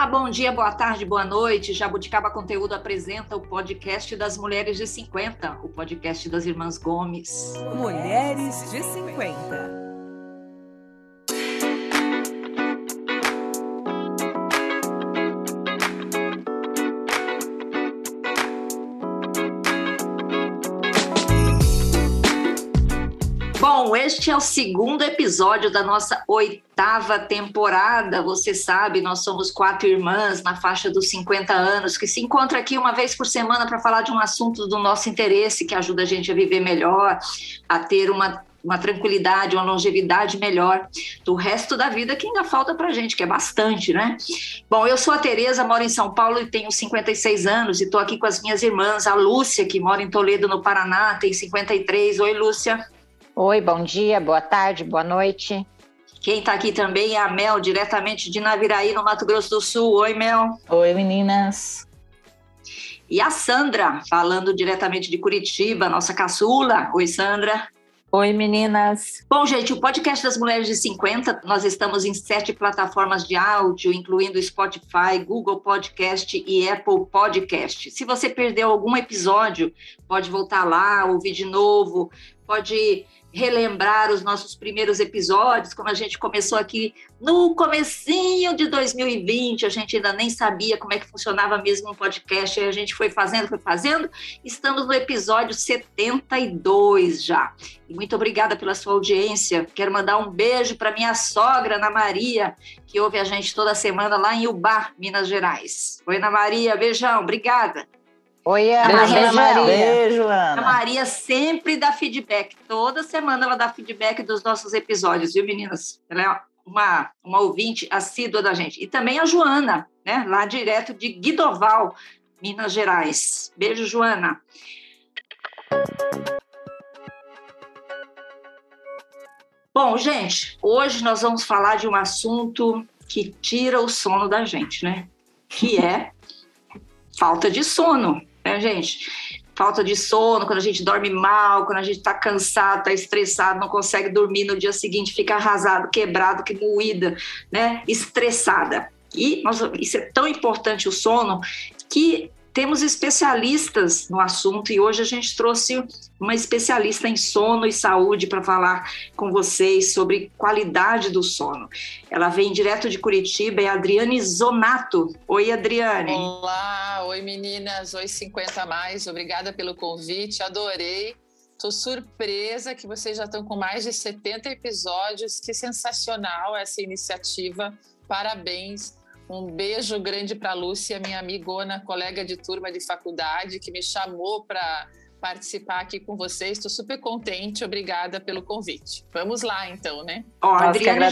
Olá, bom dia, boa tarde, boa noite. Jabuticaba Conteúdo apresenta o podcast das Mulheres de 50, o podcast das Irmãs Gomes. Mulheres de 50. Bom, este é o segundo episódio da nossa 8ª temporada. Você sabe, nós somos 4 irmãs na faixa dos 50 anos que se encontram aqui uma vez por semana para falar de um assunto do nosso interesse que ajuda a gente a viver melhor, a ter uma tranquilidade, uma longevidade melhor do resto da vida que ainda falta pra gente, que é bastante, né? Bom, eu sou a Tereza, moro em São Paulo e tenho 56 anos e estou aqui com as minhas irmãs, a Lúcia, que mora em Toledo, no Paraná, tem 53. Oi, Lúcia. Oi, bom dia, boa tarde, boa noite. Quem está aqui também é a Mel, diretamente de Naviraí, no Mato Grosso do Sul. Oi, Mel. Oi, meninas. E a Sandra, falando diretamente de Curitiba, nossa caçula. Oi, Sandra. Oi, meninas. Bom, gente, o podcast das Mulheres de 50, nós estamos em 7 plataformas de áudio, incluindo Spotify, Google Podcast e Apple Podcast. Se você perdeu algum episódio, pode voltar lá, ouvir de novo, pode relembrar os nossos primeiros episódios, como a gente começou aqui no comecinho de 2020, a gente ainda nem sabia como é que funcionava mesmo um podcast, aí a gente foi fazendo, estamos no episódio 72 já. E muito obrigada pela sua audiência, quero mandar um beijo para minha sogra, Ana Maria, que ouve a gente toda semana lá em Ubá, Minas Gerais. Oi, Ana Maria, beijão, obrigada. Oi, Ana. Beijo, Maria. Beijo, Ana. A Maria sempre dá feedback. Toda semana ela dá feedback dos nossos episódios, viu, meninas? Ela é uma ouvinte assídua da gente. E também a Joana, né? Lá direto de Guidoval, Minas Gerais. Beijo, Joana. Bom, gente, hoje nós vamos falar de um assunto que tira o sono da gente, né? Que é falta de sono. Gente, falta de sono, quando a gente dorme mal, quando a gente está cansado, está estressado, não consegue dormir no dia seguinte, fica arrasado, quebrado, que moída, né? Estressada. E isso é tão importante o sono que temos especialistas no assunto e hoje a gente trouxe uma especialista em sono e saúde para falar com vocês sobre qualidade do sono. Ela vem direto de Curitiba, é a Adriane Zonato. Oi, Adriane. Olá, oi meninas, oi 50 a mais, obrigada pelo convite, adorei. Estou surpresa que vocês já estão com mais de 70 episódios, que sensacional essa iniciativa, parabéns. Um beijo grande para a Lúcia, minha amigona, colega de turma de faculdade, que me chamou para participar aqui com vocês. Estou super contente, obrigada pelo convite. Vamos lá, então, né? A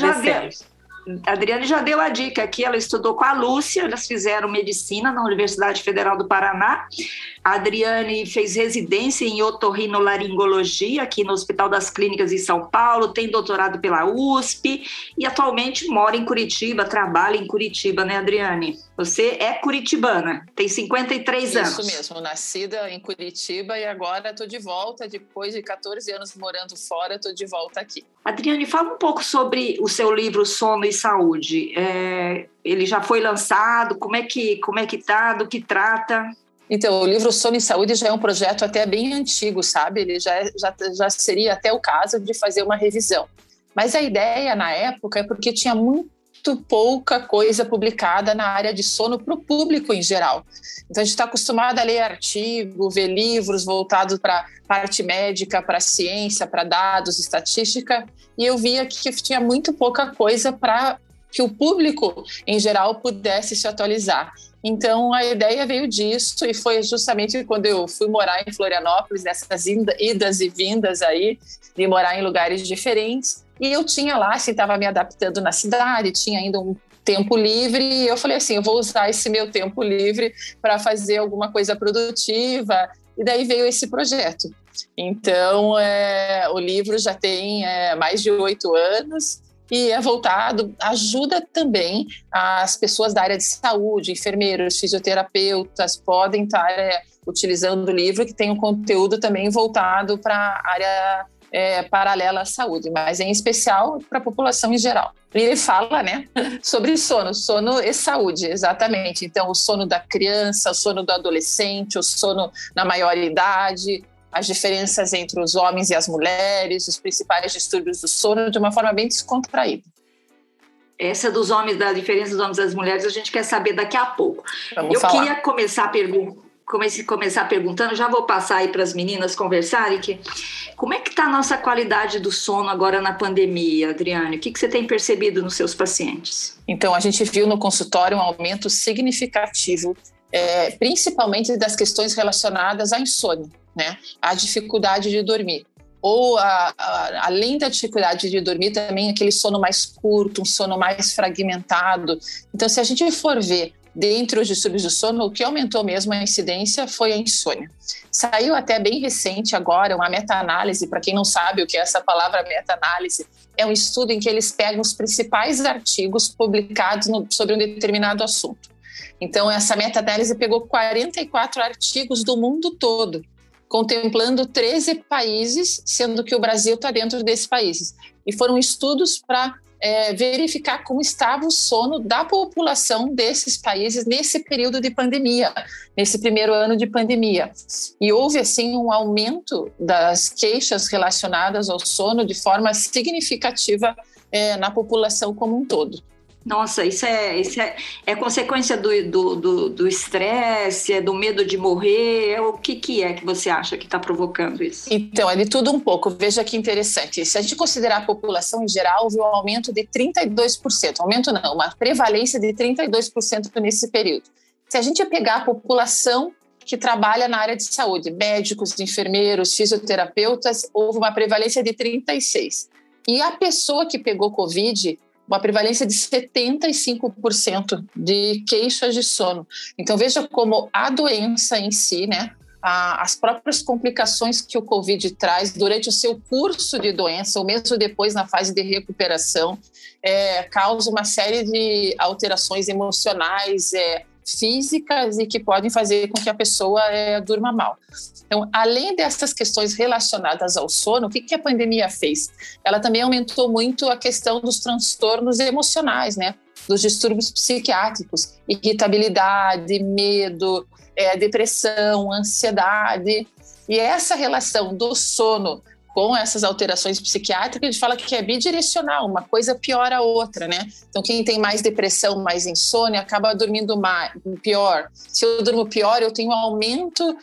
Adriane já deu a dica aqui, ela estudou com a Lúcia, elas fizeram medicina na Universidade Federal do Paraná. A Adriane fez residência em otorrinolaringologia aqui no Hospital das Clínicas em São Paulo, tem doutorado pela USP e atualmente mora em Curitiba, trabalha em Curitiba, né, Adriane? Você é curitibana, tem 53 anos. Isso mesmo, nascida em Curitiba e agora estou de volta, depois de 14 anos morando fora, estou de volta aqui. Adriane, fala um pouco sobre o seu livro Sono e Saúde. Ele já foi lançado, como é que tá, do que trata? Então, o livro Sono e Saúde já é um projeto até bem antigo, sabe? Ele já seria até o caso de fazer uma revisão. Mas a ideia, na época, é porque tinha muito pouca coisa publicada na área de sono para o público em geral. Então, a gente está acostumado a ler artigo, ver livros voltados para parte médica, para ciência, para dados, estatística, e eu via que tinha muito pouca coisa para que o público, em geral, pudesse se atualizar. Então, a ideia veio disso e foi justamente quando eu fui morar em Florianópolis, nessas idas e vindas aí, de morar em lugares diferentes. E eu tinha lá, assim, estava me adaptando na cidade, tinha ainda um tempo livre e eu falei assim, eu vou usar esse meu tempo livre para fazer alguma coisa produtiva. E daí veio esse projeto. Então, o livro já tem mais de 8 anos. E é voltado, ajuda também as pessoas da área de saúde, enfermeiros, fisioterapeutas, podem estar utilizando o livro, que tem um conteúdo também voltado para a área paralela à saúde, mas em especial para a população em geral. E ele fala, né, sobre sono e saúde, exatamente. Então, o sono da criança, o sono do adolescente, o sono na maioridade, as diferenças entre os homens e as mulheres, os principais distúrbios do sono, de uma forma bem descontraída. Essa dos homens, da diferença dos homens e das mulheres, a gente quer saber daqui a pouco. Vamos falar. Queria começar perguntando, já vou passar aí para as meninas conversarem, como é que está a nossa qualidade do sono agora na pandemia, Adriane? O que você tem percebido nos seus pacientes? Então, a gente viu no consultório um aumento significativo, principalmente das questões relacionadas à insônia, né? À dificuldade de dormir. Ou, além da dificuldade de dormir, também aquele sono mais curto, um sono mais fragmentado. Então, se a gente for ver dentre os distúrbios do sono, o que aumentou mesmo a incidência foi a insônia. Saiu até bem recente agora uma meta-análise, para quem não sabe o que é essa palavra meta-análise, é um estudo em que eles pegam os principais artigos publicados sobre um determinado assunto. Então, essa meta-análise pegou 44 artigos do mundo todo, contemplando 13 países, sendo que o Brasil está dentro desses países. E foram estudos para verificar como estava o sono da população desses países nesse período de pandemia, nesse primeiro ano de pandemia. E houve, assim, um aumento das queixas relacionadas ao sono de forma significativa na população como um todo. Nossa, isso é consequência do estresse, do medo de morrer? O que é que você acha que está provocando isso? Então, é de tudo um pouco. Veja que interessante. Se a gente considerar a população em geral, houve um aumento de 32%. Aumento não, uma prevalência de 32% nesse período. Se a gente pegar a população que trabalha na área de saúde, médicos, enfermeiros, fisioterapeutas, houve uma prevalência de 36%. E a pessoa que pegou Covid, uma prevalência de 75% de queixas de sono. Então, veja como a doença em si, né, as próprias complicações que o Covid traz durante o seu curso de doença, ou mesmo depois na fase de recuperação, causa uma série de alterações emocionais, físicas e que podem fazer com que a pessoa durma mal. Então, além dessas questões relacionadas ao sono, o que a pandemia fez? Ela também aumentou muito a questão dos transtornos emocionais, né? Dos distúrbios psiquiátricos, irritabilidade, medo, depressão, ansiedade. E essa relação do sono com essas alterações psiquiátricas, a gente fala que é bidirecional, uma coisa piora a outra, né? Então, quem tem mais depressão, mais insônia, acaba dormindo pior. Se eu durmo pior, eu tenho um aumento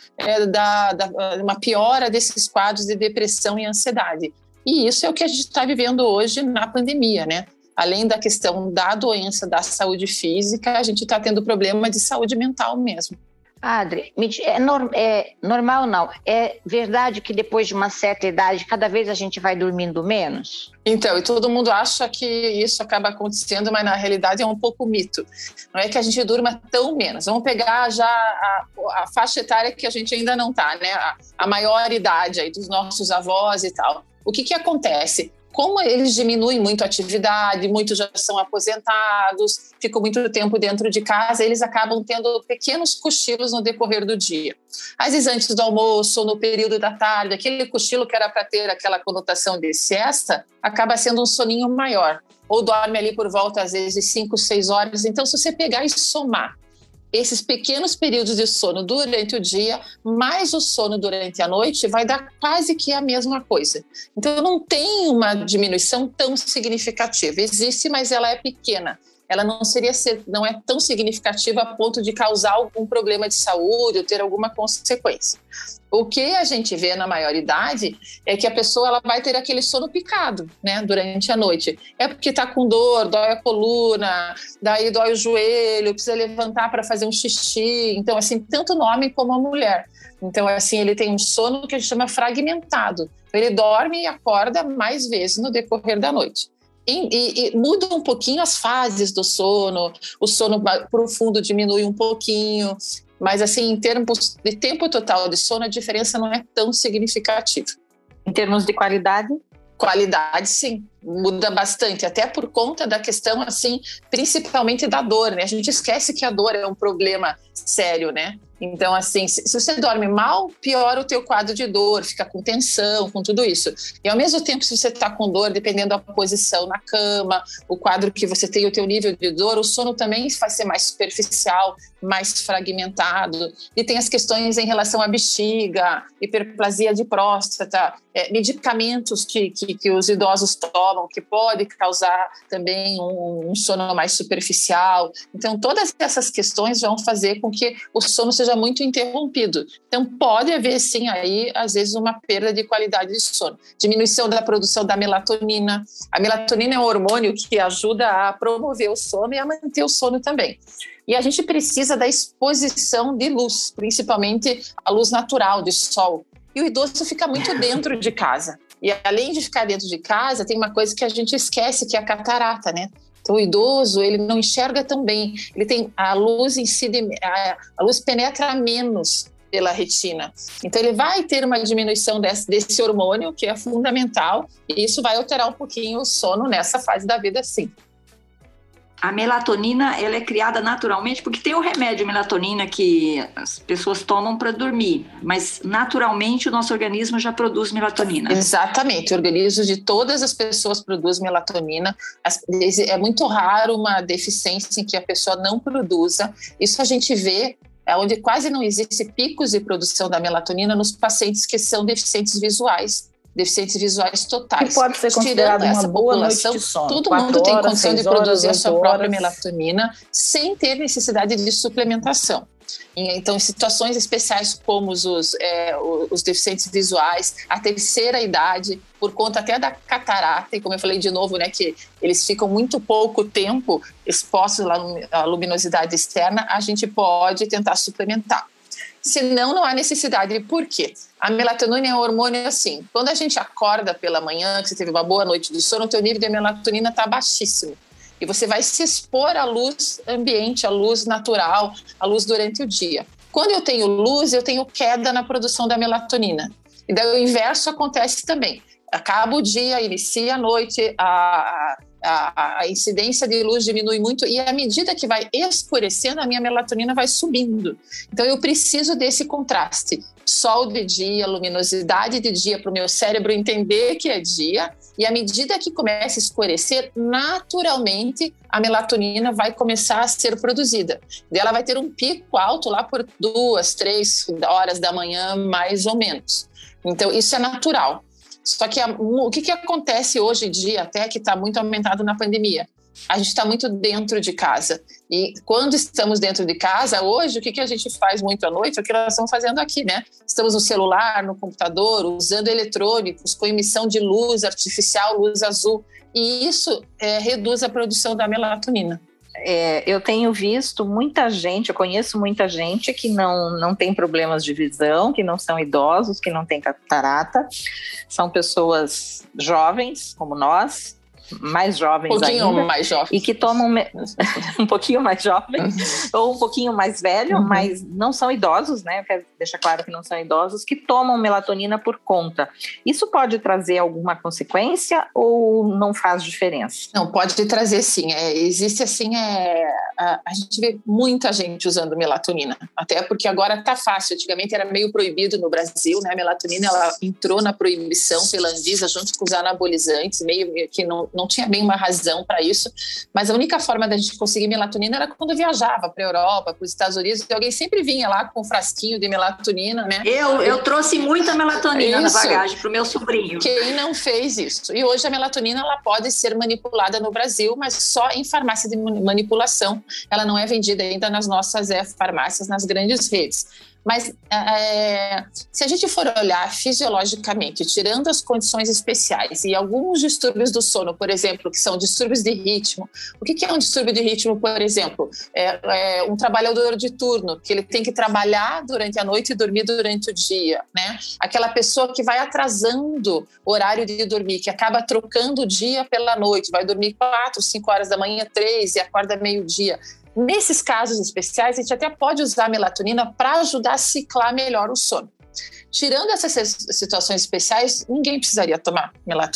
uma piora desses quadros de depressão e ansiedade. E isso é o que a gente está vivendo hoje na pandemia, né? Além da questão da doença, da saúde física, a gente está tendo problema de saúde mental mesmo. Adri, é normal não? É verdade que depois de uma certa idade, cada vez a gente vai dormindo menos? Então, e todo mundo acha que isso acaba acontecendo, mas na realidade é um pouco mito. Não é que a gente durma tão menos. Vamos pegar já a faixa etária que a gente ainda não está, né? A maior idade aí dos nossos avós e tal. O que acontece? Como eles diminuem muito a atividade, muitos já são aposentados, ficam muito tempo dentro de casa, eles acabam tendo pequenos cochilos no decorrer do dia. Às vezes antes do almoço ou no período da tarde, aquele cochilo que era para ter aquela conotação de siesta, acaba sendo um soninho maior. Ou dorme ali por volta, às vezes, de 5, 6 horas. Então, se você pegar e somar esses pequenos períodos de sono durante o dia, mais o sono durante a noite, vai dar quase que a mesma coisa. Então, não tem uma diminuição tão significativa. Existe, mas ela é pequena. Ela não é tão significativa a ponto de causar algum problema de saúde ou ter alguma consequência. O que a gente vê na maioridade é que a pessoa ela vai ter aquele sono picado, né, durante a noite. É porque está com dor, dói a coluna, daí dói o joelho, precisa levantar para fazer um xixi. Então, assim, tanto o homem como a mulher. Então, assim, ele tem um sono que a gente chama fragmentado. Ele dorme e acorda mais vezes no decorrer da noite. E muda um pouquinho as fases do sono, o sono profundo diminui um pouquinho, mas assim, em termos de tempo total de sono, a diferença não é tão significativa. Em termos de qualidade? Qualidade, sim, muda bastante, até por conta da questão, assim, principalmente da dor, né? A gente esquece que a dor é um problema sério, né? Então, assim, se você dorme mal, piora o teu quadro de dor, fica com tensão, com tudo isso. E ao mesmo tempo, se você está com dor, dependendo da posição na cama, o quadro que você tem, o teu nível de dor, o sono também vai ser mais superficial, mais fragmentado. E tem as questões em relação à bexiga, hiperplasia de próstata, medicamentos que os idosos tomam, que pode causar também um sono mais superficial. Então, todas essas questões vão fazer com que o sono seja muito interrompido. Então, pode haver, sim, aí, às vezes, uma perda de qualidade de sono. Diminuição da produção da melatonina. A melatonina é um hormônio que ajuda a promover o sono e a manter o sono também. E a gente precisa da exposição de luz, principalmente a luz natural, de sol. E o idoso fica muito dentro de casa. E além de ficar dentro de casa, tem uma coisa que a gente esquece, que é a catarata, né? Então, o idoso, ele não enxerga tão bem. Ele tem a luz a luz penetra menos pela retina. Então, ele vai ter uma diminuição desse hormônio, que é fundamental, e isso vai alterar um pouquinho o sono nessa fase da vida, sim. A melatonina, ela é criada naturalmente, porque tem o remédio melatonina que as pessoas tomam para dormir, mas naturalmente o nosso organismo já produz melatonina. Exatamente, o organismo de todas as pessoas produz melatonina. É muito raro uma deficiência em que a pessoa não produza. Isso a gente vê onde quase não existe picos de produção da melatonina nos pacientes que são deficientes visuais totais. Que pode ser considerado uma boa noite de sono. Todo mundo tem condição de produzir a sua própria melatonina sem ter necessidade de suplementação. Então, em situações especiais como os deficientes visuais, a terceira idade, por conta até da catarata, e como eu falei de novo, né, que eles ficam muito pouco tempo expostos à luminosidade externa, a gente pode tentar suplementar. Senão, não há necessidade. Por quê? A melatonina é um hormônio assim. Quando a gente acorda pela manhã, que você teve uma boa noite de sono, o teu nível de melatonina está baixíssimo. E você vai se expor à luz ambiente, à luz natural, à luz durante o dia. Quando eu tenho luz, eu tenho queda na produção da melatonina. E daí o inverso acontece também. Acaba o dia, inicia a noite, a incidência de luz diminui muito e à medida que vai escurecendo, a minha melatonina vai subindo. Então, eu preciso desse contraste. Sol de dia, luminosidade de dia para o meu cérebro entender que é dia e à medida que começa a escurecer, naturalmente, a melatonina vai começar a ser produzida. E ela vai ter um pico alto lá por 2, 3 horas da manhã, mais ou menos. Então, isso é natural. Só que o que acontece hoje em dia, até que está muito aumentado na pandemia? A gente está muito dentro de casa. E quando estamos dentro de casa, hoje, o que a gente faz muito à noite? É o que nós estamos fazendo aqui, né? Estamos no celular, no computador, usando eletrônicos, com emissão de luz artificial, luz azul. E isso reduz a produção da melatonina. Eu tenho visto muita gente, eu conheço muita gente que não tem problemas de visão, que não são idosos, que não tem catarata, são pessoas jovens, como nós, mais jovens ainda, mais jovens. E que tomam um pouquinho mais jovem ou um pouquinho mais velho, mas não são idosos, né? Eu quero deixar claro que não são idosos, que tomam melatonina por conta. Isso pode trazer alguma consequência ou não faz diferença? Não, pode trazer sim. Existe assim, a gente vê muita gente usando melatonina, até porque agora está fácil. Antigamente era meio proibido no Brasil, né? A melatonina ela entrou na proibição pela Anvisa junto com os anabolizantes, meio que não tinha bem uma razão para isso, mas a única forma da gente conseguir melatonina era quando viajava para a Europa, para os Estados Unidos, e alguém sempre vinha lá com um frasquinho de melatonina, né? Eu trouxe muita melatonina na bagagem para o meu sobrinho. Quem não fez isso? E hoje a melatonina ela pode ser manipulada no Brasil, mas só em farmácia de manipulação. Ela não é vendida ainda nas nossas farmácias, nas grandes redes. Mas se a gente for olhar fisiologicamente, tirando as condições especiais e alguns distúrbios do sono, por exemplo, que são distúrbios de ritmo. O que é um distúrbio de ritmo, por exemplo? Um trabalhador de turno, que ele tem que trabalhar durante a noite e dormir durante o dia, né? Aquela pessoa que vai atrasando o horário de dormir, que acaba trocando o dia pela noite, vai dormir 4, 5 horas da manhã, 3 e acorda meio-dia. Nesses casos especiais, a gente até pode usar a melatonina para ajudar a ciclar melhor o sono. Tirando essas situações especiais, ninguém precisaria tomar melatonina.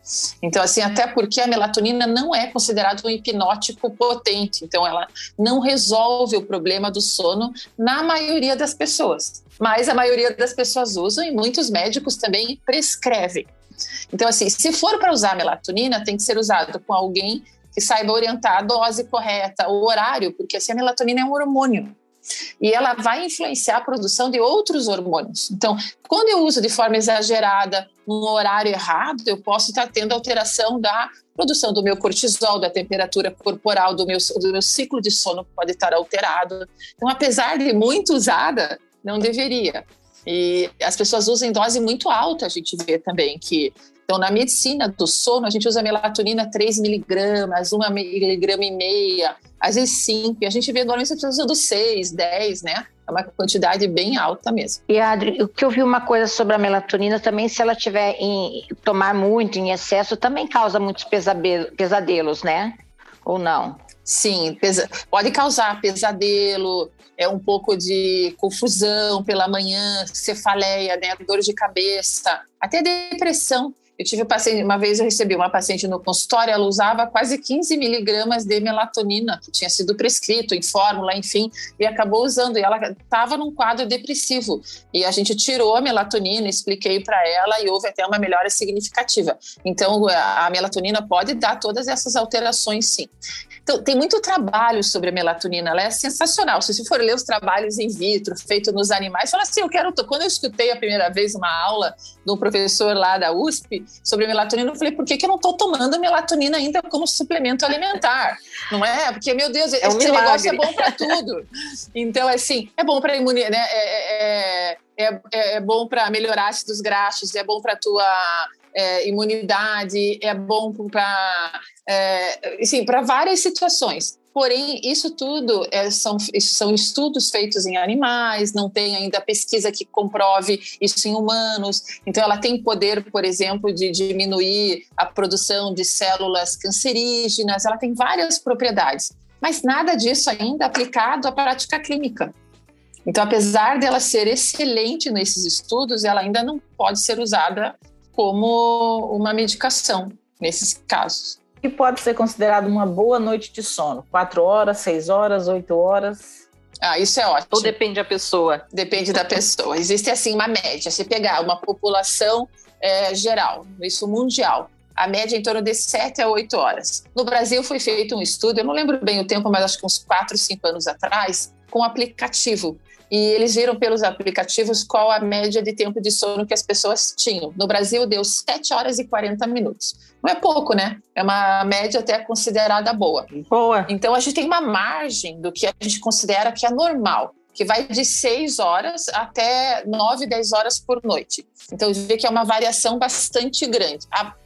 Então, assim, até porque a melatonina não é considerada um hipnótico potente, então ela não resolve o problema do sono na maioria das pessoas, mas a maioria das pessoas usam e muitos médicos também prescrevem. Então, assim, se for para usar a melatonina, tem que ser usado com alguém que saiba orientar a dose correta, o horário, porque assim, a melatonina é um hormônio. E ela vai influenciar a produção de outros hormônios. Então, quando eu uso de forma exagerada, num horário errado, eu posso estar tendo alteração da produção do meu cortisol, da temperatura corporal, do meu ciclo de sono pode estar alterado. Então, apesar de muito usada, não deveria. E as pessoas usam em dose muito alta, a gente vê também que... Então, na medicina do sono, a gente usa melatonina 3 miligramas, 1,5 miligrama, às vezes 5, e a gente vê normalmente as pessoas usando 6, 10, né? É uma quantidade bem alta mesmo. E, Adri, o que eu vi uma coisa sobre a melatonina também, se ela tiver tomar muito, em excesso, também causa muitos pesadelos, né? Ou não? Sim, pode causar pesadelo, um pouco de confusão pela manhã, cefaleia, né, dor de cabeça, até depressão. Eu tive uma vez eu recebi uma paciente no consultório, ela usava quase 15 miligramas de melatonina, que tinha sido prescrito em fórmula, enfim, e acabou usando, e ela estava num quadro depressivo. E a gente tirou a melatonina, expliquei para ela e houve até uma melhora significativa. Então, a melatonina pode dar todas essas alterações, sim. Então, tem muito trabalho sobre a melatonina, ela é sensacional. Se você for ler os trabalhos in vitro, feitos nos animais, fala assim, quando eu escutei a primeira vez uma aula de um professor lá da USP sobre melatonina, eu falei, por que eu não estou tomando melatonina ainda como suplemento alimentar? Não é? Porque, meu Deus, esse negócio é bom para tudo. Então, assim, é bom para a imunidade, né? É bom para melhorar ácidos graxos, é bom para a tua... imunidade, é bom para várias situações. Porém, isso tudo são estudos feitos em animais, não tem ainda pesquisa que comprove isso em humanos. Então, ela tem poder, por exemplo, de diminuir a produção de células cancerígenas, ela tem várias propriedades, mas nada disso ainda aplicado à prática clínica. Então, apesar dela ser excelente nesses estudos, ela ainda não pode ser usada como uma medicação nesses casos. E pode ser considerado uma boa noite de sono? 4 horas, 6 horas, 8 horas? Isso é ótimo. Ou depende da pessoa? Depende da pessoa. Existe, assim, uma média. Se pegar uma população geral, isso mundial, a média é em torno de 7 a 8 horas. No Brasil foi feito um estudo, eu não lembro bem o tempo, mas acho que uns 4, 5 anos atrás, com aplicativo. E eles viram pelos aplicativos qual a média de tempo de sono que as pessoas tinham. No Brasil, deu 7 horas e 40 minutos. Não é pouco, né? É uma média até considerada boa. Boa. Então, a gente tem uma margem do que a gente considera que é normal, que vai de 6 horas até 9, 10 horas por noite. Então, vê que é uma variação bastante grande.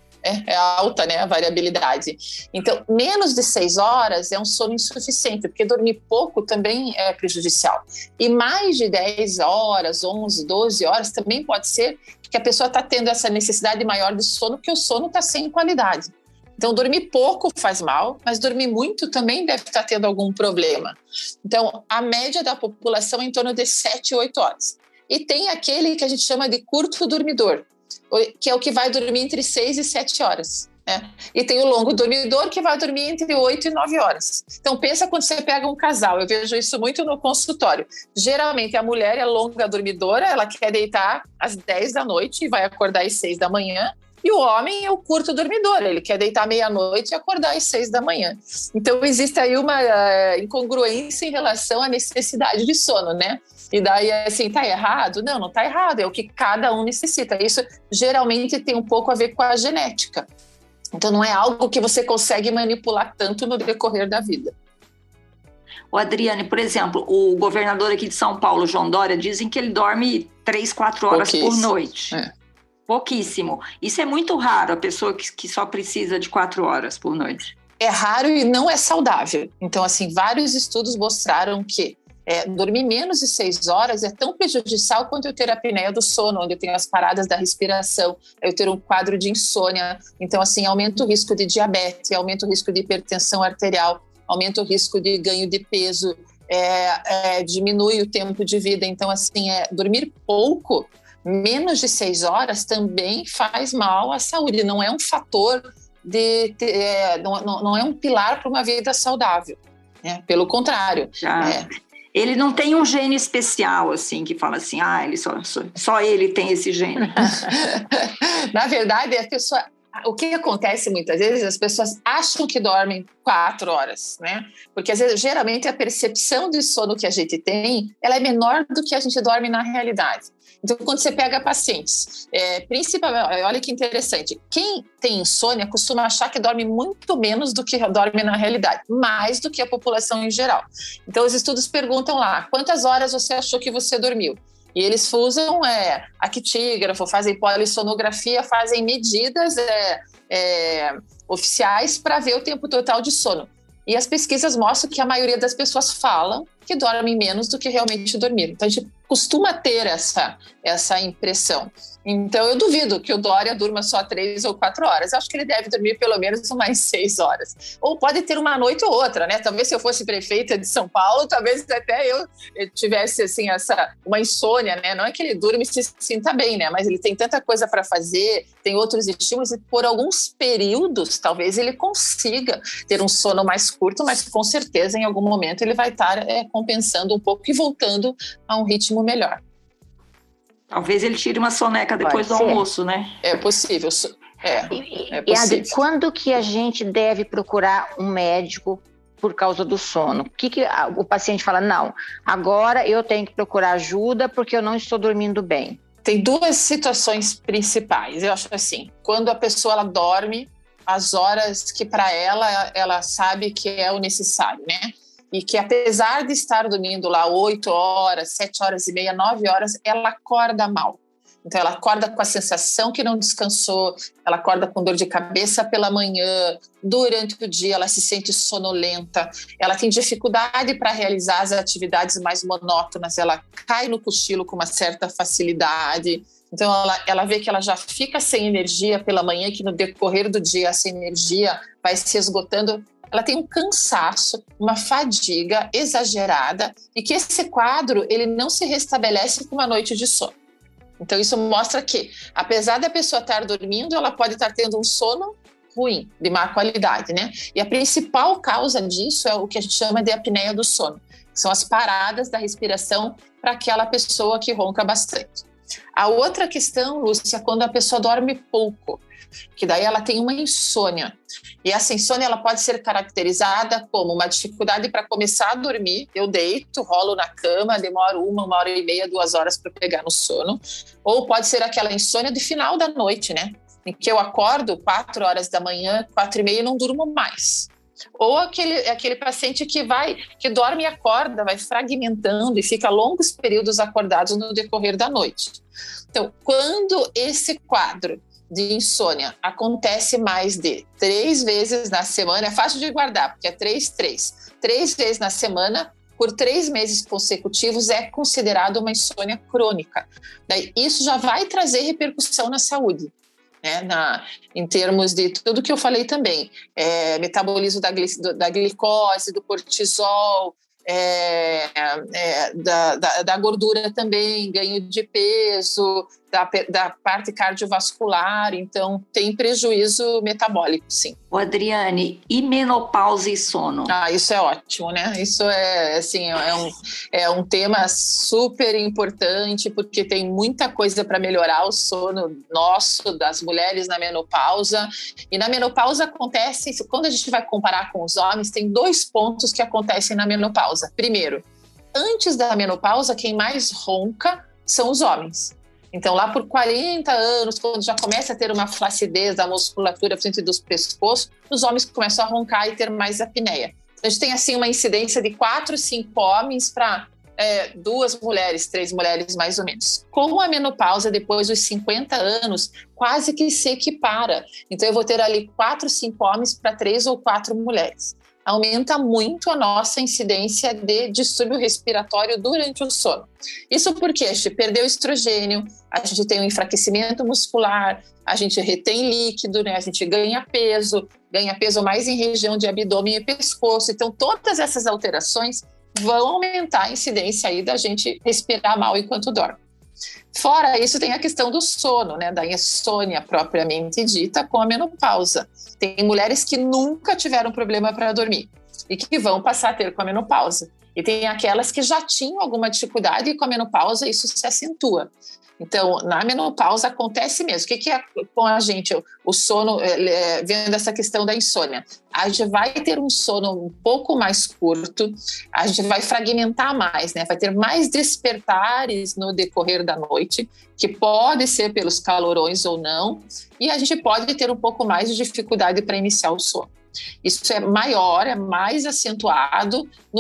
É alta, né, a variabilidade. Então, menos de 6 horas é um sono insuficiente, porque dormir pouco também é prejudicial. E mais de 10 horas, 11, 12 horas também pode ser que a pessoa está tendo essa necessidade maior de sono, porque o sono está sem qualidade. Então, dormir pouco faz mal, mas dormir muito também deve estar tendo algum problema. Então, a média da população é em torno de 7, 8 horas. E tem aquele que a gente chama de curto dormidor, que é o que vai dormir entre 6 e 7 horas. Né? E tem o longo dormidor, que vai dormir entre 8 e 9 horas. Então, pensa quando você pega um casal, eu vejo isso muito no consultório. Geralmente, a mulher é longa dormidora, ela quer deitar às 10 da noite e vai acordar às 6 da manhã, e o homem é o curto dormidor, ele quer deitar meia-noite e acordar às 6 da manhã. Então, existe aí uma incongruência em relação à necessidade de sono, né? E daí, assim, tá errado? Não, não tá errado, é o que cada um necessita. Isso geralmente tem um pouco a ver com a genética. Então, não é algo que você consegue manipular tanto no decorrer da vida. O Adriane, por exemplo, o governador aqui de São Paulo, João Dória, dizem que ele dorme 3, 4 horas por noite. Pouquíssimo. Isso é muito raro, a pessoa que só precisa de 4 horas por noite. É raro e não é saudável. Então, assim, vários estudos mostraram que dormir menos de 6 horas é tão prejudicial quanto eu ter a apneia do sono, onde eu tenho as paradas da respiração, eu ter um quadro de insônia. Então, assim, aumenta o risco de diabetes, aumenta o risco de hipertensão arterial, aumenta o risco de ganho de peso, diminui o tempo de vida. Então, assim, dormir pouco menos de 6 horas também faz mal à saúde, não é um fator não é um pilar para uma vida saudável, né? Pelo contrário. Ele não tem um gene especial, assim, que fala assim, ele só ele tem esse gene. Na verdade, o que acontece muitas vezes, as pessoas acham que dormem 4 horas, né? Porque às vezes, geralmente, a percepção de sono que a gente tem, ela é menor do que a gente dorme na realidade. Então, quando você pega pacientes, principalmente, olha que interessante, quem tem insônia costuma achar que dorme muito menos do que dorme na realidade, mais do que a população em geral. Então, os estudos perguntam lá, quantas horas você achou que você dormiu? E eles usam actígrafo, fazem polissonografia, fazem medidas oficiais para ver o tempo total de sono. E as pesquisas mostram que a maioria das pessoas falam que dormem menos do que realmente dormiram. Então, a gente costuma ter essa impressão. Então, eu duvido que o Dória durma só 3 ou 4 horas. Eu acho que ele deve dormir pelo menos umas 6 horas. Ou pode ter uma noite ou outra, né? Talvez se eu fosse prefeita de São Paulo, talvez até eu tivesse, assim, uma insônia, né? Não é que ele durma e se sinta bem, né? Mas ele tem tanta coisa para fazer, tem outros estímulos e por alguns períodos, talvez ele consiga ter um sono mais curto, mas com certeza, em algum momento, ele vai estar compensando um pouco e voltando a um ritmo melhor. Talvez ele tire uma soneca depois do almoço, né? É possível. É possível. E Adri, quando que a gente deve procurar um médico por causa do sono? O que o paciente fala? Não, agora eu tenho que procurar ajuda porque eu não estou dormindo bem. Tem 2 situações principais. Eu acho assim, quando a pessoa ela dorme as horas que para ela sabe que é o necessário, né? E que apesar de estar dormindo lá 8 horas, 7 horas e meia, 9 horas, ela acorda mal. Então, ela acorda com a sensação que não descansou, ela acorda com dor de cabeça pela manhã, durante o dia ela se sente sonolenta, ela tem dificuldade para realizar as atividades mais monótonas, ela cai no cochilo com uma certa facilidade. Então, ela vê que ela já fica sem energia pela manhã, que no decorrer do dia essa energia vai se esgotando. Ela tem um cansaço, uma fadiga exagerada e que esse quadro ele não se restabelece com uma noite de sono. Então, isso mostra que, apesar da pessoa estar dormindo, ela pode estar tendo um sono ruim, de má qualidade, né? E a principal causa disso é o que a gente chama de apneia do sono. São as paradas da respiração para aquela pessoa que ronca bastante. A outra questão, Lúcia, é quando a pessoa dorme pouco, que daí ela tem uma insônia. E essa insônia ela pode ser caracterizada como uma dificuldade para começar a dormir. Eu deito, rolo na cama, demoro 1 hora e meia, 2 horas para pegar no sono. Ou pode ser aquela insônia de final da noite, né? Em que eu acordo 4 horas da manhã, 4 e meia e não durmo mais. Ou aquele paciente que dorme e acorda, vai fragmentando e fica longos períodos acordados no decorrer da noite. Então, quando esse quadro de insônia acontece mais de 3 vezes na semana, é fácil de guardar, porque é 3 vezes na semana, por 3 meses consecutivos, é considerado uma insônia crônica. Daí, isso já vai trazer repercussão na saúde, né? Em termos de tudo que eu falei também, metabolismo da glicose, do cortisol, da gordura também, ganho de peso, da parte cardiovascular, então tem prejuízo metabólico, sim. Ô Adriane, e menopausa e sono? Isso é ótimo, né? Isso é um tema super importante, porque tem muita coisa para melhorar o sono nosso, das mulheres na menopausa. E na menopausa acontece, quando a gente vai comparar com os homens, tem 2 pontos que acontecem na menopausa. Primeiro, antes da menopausa, quem mais ronca são os homens. Então, lá por 40 anos, quando já começa a ter uma flacidez da musculatura frente dos pescoços, os homens começam a roncar e ter mais apneia. Então, a gente tem, assim, uma incidência de 4, 5 homens para 2 mulheres, 3 mulheres, mais ou menos. Com a menopausa, depois dos 50 anos, quase que se equipara. Então, eu vou ter ali 4, 5 homens para 3 ou 4 mulheres. Aumenta muito a nossa incidência de distúrbio respiratório durante o sono. Isso porque a gente perdeu estrogênio, a gente tem um enfraquecimento muscular, a gente retém líquido, né? A gente ganha peso mais em região de abdômen e pescoço. Então, todas essas alterações vão aumentar a incidência aí da gente respirar mal enquanto dorme. Fora isso, tem a questão do sono, né, da insônia propriamente dita com a menopausa. Tem mulheres que nunca tiveram problema para dormir e que vão passar a ter com a menopausa. E tem aquelas que já tinham alguma dificuldade e com a menopausa isso se acentua. Então, na menopausa acontece mesmo. O que é com a gente? O sono, vendo essa questão da insônia. A gente vai ter um sono um pouco mais curto, a gente vai fragmentar mais, né? Vai ter mais despertares no decorrer da noite, que pode ser pelos calorões ou não, e a gente pode ter um pouco mais de dificuldade para iniciar o sono. Isso é maior, é mais acentuado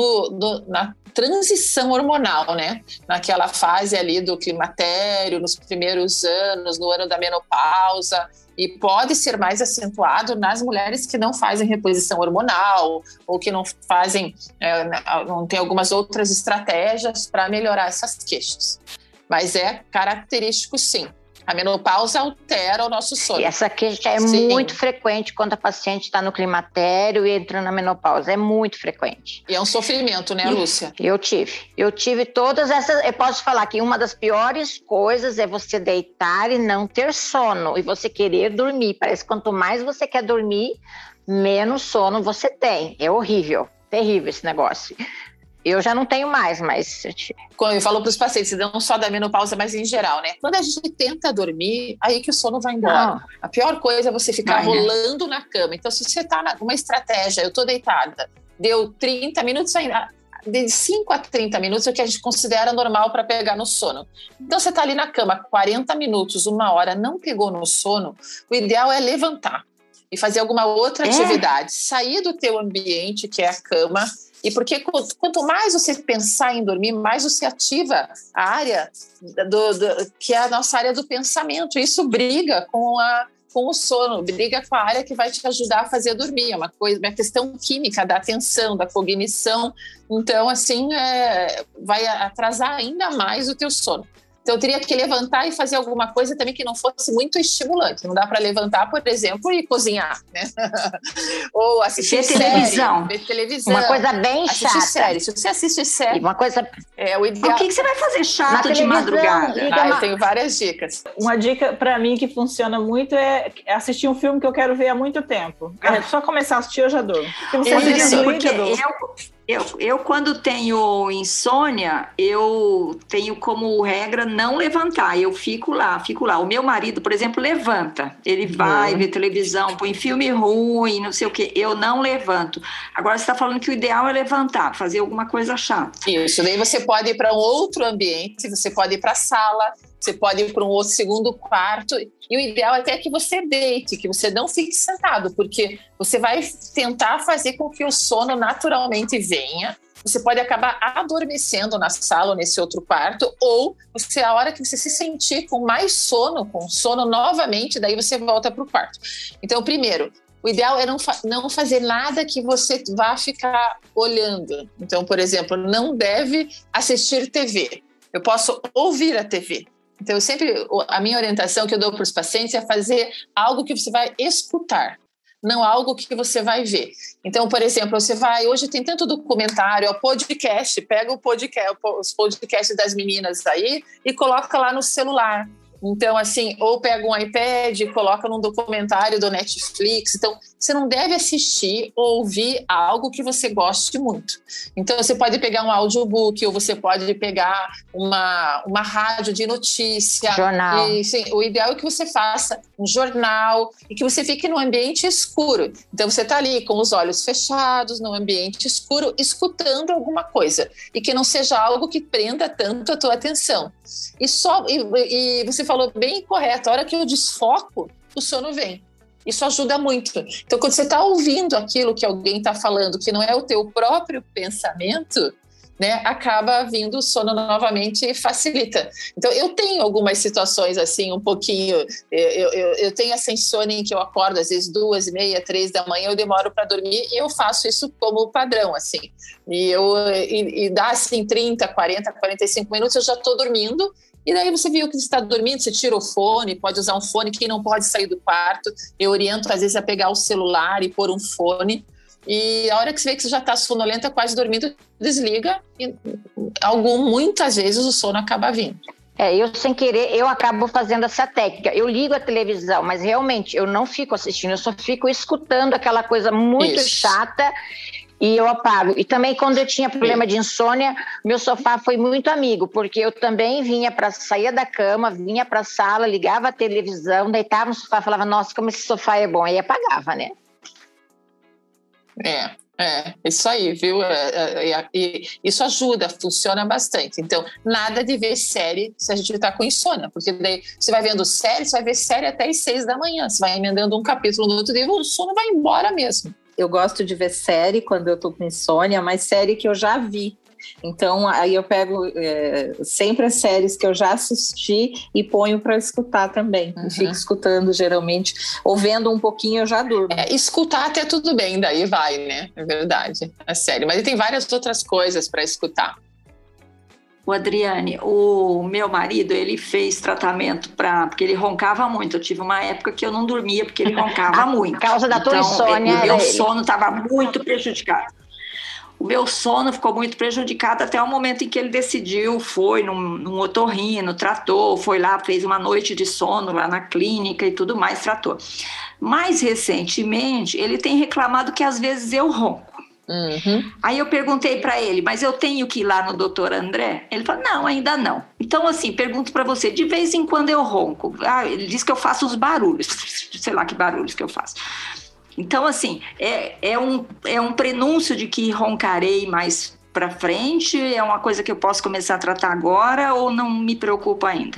na transição hormonal, né? Naquela fase ali do climatério, nos primeiros anos, no ano da menopausa, e pode ser mais acentuado nas mulheres que não fazem reposição hormonal ou que não fazem, não tem algumas outras estratégias para melhorar essas queixas. Mas é característico, sim. A menopausa altera o nosso sono. E essa queixa é muito frequente quando a paciente está no climatério e entra na menopausa. É muito frequente. E é um sofrimento, né, Lúcia? Eu tive todas essas... Eu posso falar que uma das piores coisas é você deitar e não ter sono. E você querer dormir. Parece que quanto mais você quer dormir, menos sono você tem. É horrível. Terrível esse negócio. Eu já não tenho mais, mas... Como eu falo para os pacientes, não só da menopausa, mas em geral, né? Quando a gente tenta dormir, aí que o sono vai embora. Não. A pior coisa é você ficar rolando na cama. Então, se você está numa estratégia, eu estou deitada, deu 30 minutos ainda... De 5 a 30 minutos é o que a gente considera normal para pegar no sono. Então, você está ali na cama 40 minutos, 1 hora, não pegou no sono, o ideal é levantar e fazer alguma outra atividade. Sair do teu ambiente, que é a cama. E porque quanto mais você pensar em dormir, mais você ativa a área que é a nossa área do pensamento. Isso briga com o sono, briga com a área que vai te ajudar a fazer dormir. É uma questão química da atenção, da cognição. Então, assim, vai atrasar ainda mais o teu sono. Então, eu teria que levantar e fazer alguma coisa também que não fosse muito estimulante. Não dá para levantar, por exemplo, e cozinhar, né? Ou assistir televisão. Ver televisão. Uma coisa bem chata. Série. Se você assiste série... Uma coisa... o ideal... O que você vai fazer chato de madrugada? Eu tenho várias dicas. Uma dica para mim que funciona muito é assistir um filme que eu quero ver há muito tempo. É só começar a assistir, eu já durmo. Eu, quando tenho insônia, eu tenho como regra não levantar. Eu fico lá. O meu marido, por exemplo, levanta. Ele vai ver televisão, põe filme ruim, não sei o quê. Eu não levanto. Agora, você está falando que o ideal é levantar, fazer alguma coisa chata. Isso, daí você pode ir para um outro ambiente, você pode ir para a sala, você pode ir para um outro segundo quarto. E o ideal até é que você deite, que você não fique sentado, porque você vai tentar fazer com que o sono naturalmente venha. Você pode acabar adormecendo na sala ou nesse outro quarto, ou você, a hora que você se sentir com mais sono, com sono novamente, daí você volta para o quarto. Então, primeiro, o ideal é não fazer nada que você vá ficar olhando. Então, por exemplo, não deve assistir TV. Eu posso ouvir a TV. Então, a minha orientação que eu dou para os pacientes é fazer algo que você vai escutar, não algo que você vai ver. Então, por exemplo, hoje tem tanto documentário, podcast, pega os podcasts das meninas aí e coloca lá no celular. Então, assim, ou pega um iPad e coloca num documentário do Netflix. Então, você não deve assistir ou ouvir algo que você goste muito. Então, você pode pegar um audiobook ou você pode pegar uma rádio de notícia. Jornal. E, sim, o ideal é que você faça um jornal e que você fique num ambiente escuro. Então, você está ali com os olhos fechados, num ambiente escuro, escutando alguma coisa. E que não seja algo que prenda tanto a tua atenção. E você falou bem correto, a hora que eu desfoco, o sono vem. Isso ajuda muito. Então, quando você está ouvindo aquilo que alguém está falando, que não é o teu próprio pensamento, né, acaba vindo o sono novamente e facilita. Então, eu tenho algumas situações assim, um pouquinho... Eu tenho essa insônia em que eu acordo às vezes 2:30, 3 da manhã, eu demoro para dormir e eu faço isso como padrão, assim. E dá assim 30, 40, 45 minutos, eu já estou dormindo. E daí você viu que você está dormindo, você tira o fone, pode usar um fone, quem não pode sair do quarto, eu oriento às vezes a pegar o celular e pôr um fone, e a hora que você vê que você já está sonolenta, quase dormindo, desliga, e muitas vezes o sono acaba vindo. Eu sem querer, eu acabo fazendo essa técnica. Eu ligo a televisão, mas realmente eu não fico assistindo, eu só fico escutando aquela coisa muito chata e eu apago. E também quando eu tinha problema de insônia, meu sofá foi muito amigo, porque eu também saía da cama, vinha para a sala, ligava a televisão, deitava no sofá, falava, nossa, como esse sofá é bom, aí apagava, né? Isso aí, viu? E isso ajuda, funciona bastante. Então, nada de ver série se a gente está com insônia, porque daí você vai vendo série, você vai ver série até as 6 da manhã, você vai emendando um capítulo no outro dia, o sono vai embora mesmo. Eu gosto de ver série quando eu tô com insônia, mas série que eu já vi. Então, aí eu pego sempre as séries que eu já assisti e ponho para escutar também. E fico escutando, geralmente. Ou vendo um pouquinho, eu já durmo. Escutar até tudo bem, daí vai, né? É verdade, a série. Mas tem várias outras coisas para escutar. O Adriane, o meu marido, ele fez tratamento porque ele roncava muito. Eu tive uma época que eu não dormia porque ele roncava muito. Por causa da tua insônia. O meu sono estava muito prejudicado. O meu sono ficou muito prejudicado até o momento em que ele decidiu, foi num otorrino, tratou, foi lá, fez uma noite de sono lá na clínica e tudo mais, tratou. Mais recentemente, ele tem reclamado que às vezes eu ronco. Aí eu perguntei para ele, mas eu tenho que ir lá no Dr. André? Ele falou, não, ainda não. Então, assim, pergunto para você, de vez em quando eu ronco. Ele diz que eu faço os barulhos, sei lá que barulhos que eu faço. Então, assim, é um prenúncio de que roncarei mais para frente? É uma coisa que eu posso começar a tratar agora ou não me preocupa ainda?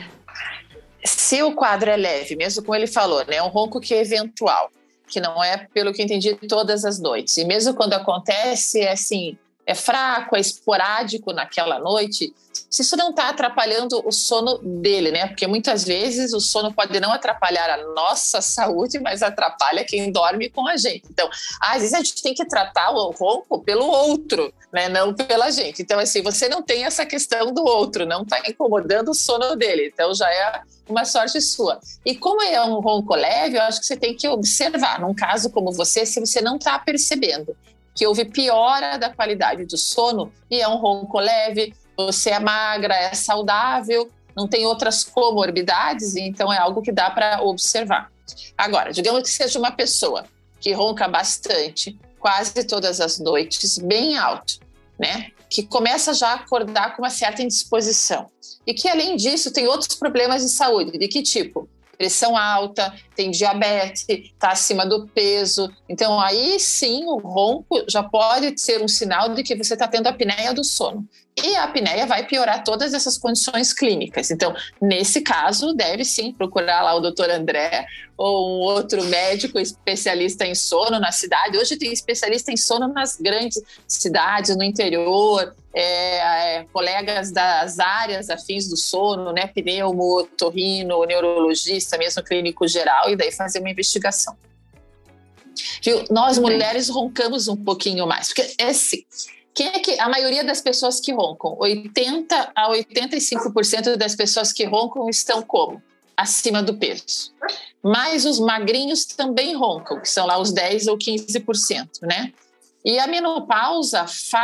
Se o quadro é leve, mesmo como ele falou, né, um ronco que é eventual, que não é, pelo que eu entendi, todas as noites. E mesmo quando acontece, é fraco, é esporádico naquela noite, se isso não está atrapalhando o sono dele, né? Porque muitas vezes o sono pode não atrapalhar a nossa saúde, mas atrapalha quem dorme com a gente. Então, às vezes a gente tem que tratar o ronco pelo outro, né? Não pela gente. Então, assim, você não tem essa questão do outro, não está incomodando o sono dele. Então, já é uma sorte sua. E como é um ronco leve, eu acho que você tem que observar. Num caso como você, se você não está percebendo que houve piora da qualidade do sono e é um ronco leve, você é magra, é saudável, não tem outras comorbidades, então é algo que dá para observar. Agora, digamos que seja uma pessoa que ronca bastante, quase todas as noites, bem alto, né? Que começa já a acordar com uma certa indisposição. E que, além disso, tem outros problemas de saúde. De que tipo? Pressão alta, tem diabetes, está acima do peso. Então, aí sim, o ronco já pode ser um sinal de que você está tendo apneia do sono. E a apneia vai piorar todas essas condições clínicas. Então, nesse caso, deve sim procurar lá o Dr. André ou um outro médico especialista em sono na cidade. Hoje tem especialista em sono nas grandes cidades, no interior, colegas das áreas afins do sono, né? Pneumo, otorrino, neurologista, mesmo clínico geral, e daí fazer uma investigação. Viu? Nós mulheres roncamos um pouquinho mais, porque é assim. Quem é que a maioria das pessoas que roncam? 80 a 85% das pessoas que roncam estão como? Acima do peso. Mas os magrinhos também roncam, que são lá os 10 ou 15%, né? E a menopausa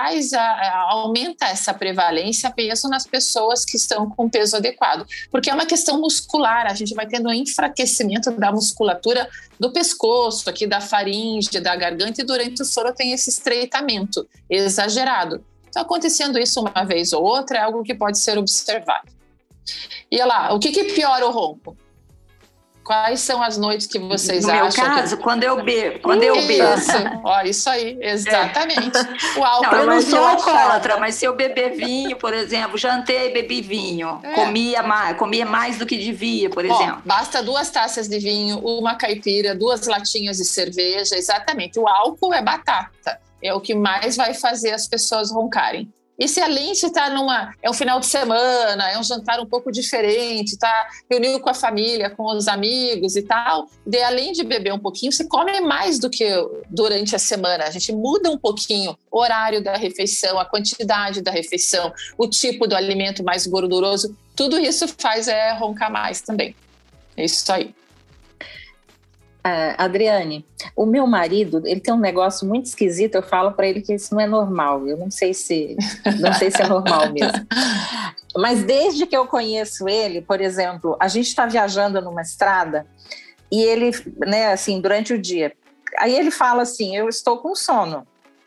aumenta essa prevalência mesmo nas pessoas que estão com peso adequado, porque é uma questão muscular, a gente vai tendo um enfraquecimento da musculatura do pescoço, aqui da faringe, da garganta, e durante o sono tem esse estreitamento exagerado. Então, acontecendo isso uma vez ou outra, é algo que pode ser observado. E olha lá, o que piora o ronco? Quais são as noites que vocês acham? No meu caso, quando eu bebo. Ó, isso aí, exatamente. O álcool. Não, eu não sou alcoólatra, mas se eu beber vinho, por exemplo, jantei, bebi vinho, comia mais do que devia, por exemplo. Basta 2 taças de vinho, uma caipira, 2 latinhas de cerveja, exatamente. O álcool é batata, é o que mais vai fazer as pessoas roncarem. E se além de estar é um final de semana, é um jantar um pouco diferente, tá reunido com a família, com os amigos e tal, além de beber um pouquinho, você come mais do que durante a semana. A gente muda um pouquinho o horário da refeição, a quantidade da refeição, o tipo do alimento mais gorduroso, tudo isso faz roncar mais também. É isso aí. Adriane, o meu marido, ele tem um negócio muito esquisito, eu falo para ele que isso não é normal, eu não sei se é normal mesmo. Mas desde que eu conheço ele, por exemplo, a gente está viajando numa estrada e ele, né, assim, durante o dia, aí ele fala assim, eu estou com sono.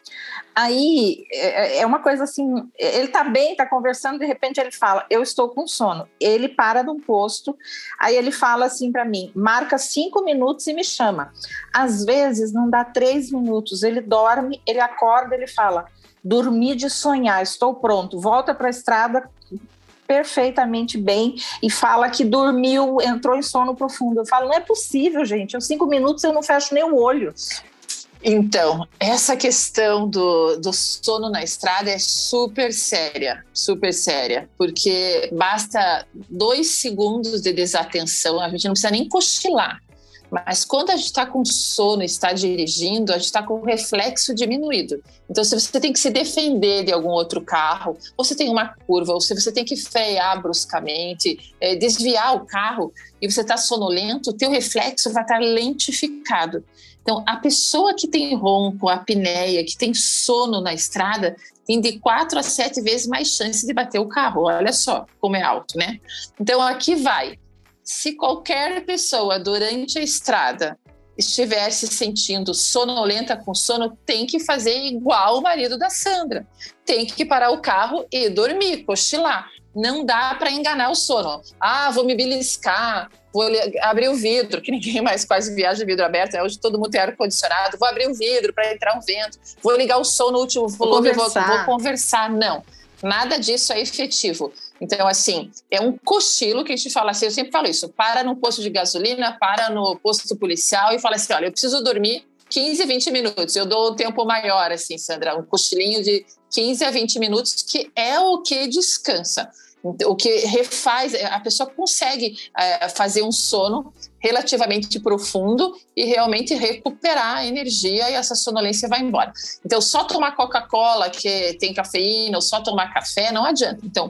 Aí é uma coisa assim, ele tá bem, tá conversando, de repente ele fala, eu estou com sono. Ele para num posto, aí ele fala assim para mim, marca 5 minutos e me chama. Às vezes não dá 3 minutos, ele dorme, ele acorda, ele fala, dormi de sonhar, estou pronto, volta para a estrada perfeitamente bem e fala que dormiu, entrou em sono profundo. Eu falo, não é possível, gente, em 5 minutos eu não fecho nem o olho. Então, essa questão do sono na estrada é super séria, porque basta 2 segundos de desatenção, a gente não precisa nem cochilar, mas quando a gente está com sono e está dirigindo, a gente está com o reflexo diminuído. Então, se você tem que se defender de algum outro carro, ou se tem uma curva, ou se você tem que frear bruscamente, desviar o carro, e você está sonolento, o teu reflexo vai estar lentificado. Então, a pessoa que tem ronco, apneia, que tem sono na estrada, tem de 4 a 7 vezes mais chance de bater o carro. Olha só como é alto, né? Então, aqui vai. Se qualquer pessoa durante a estrada estiver se sentindo sonolenta com sono, tem que fazer igual o marido da Sandra. Tem que parar o carro e dormir, cochilar. Não dá para enganar o sono. Vou me beliscar, vou abrir o vidro, que ninguém mais quase viaja de vidro aberto, né? Hoje todo mundo tem ar-condicionado, vou abrir o vidro para entrar um vento, vou ligar o som no último volume, vou conversar. Não, nada disso é efetivo. Então, assim, é um cochilo que a gente fala assim, eu sempre falo isso, para no posto de gasolina, para no posto policial e fala assim, olha, eu preciso dormir 15, 20 minutos, eu dou um tempo maior, assim, Sandra, um cochilinho de 15 a 20 minutos, que é o que descansa. O que refaz, a pessoa consegue fazer um sono relativamente profundo e realmente recuperar a energia e essa sonolência vai embora. Então, só tomar Coca-Cola, que tem cafeína, ou só tomar café, não adianta. Então,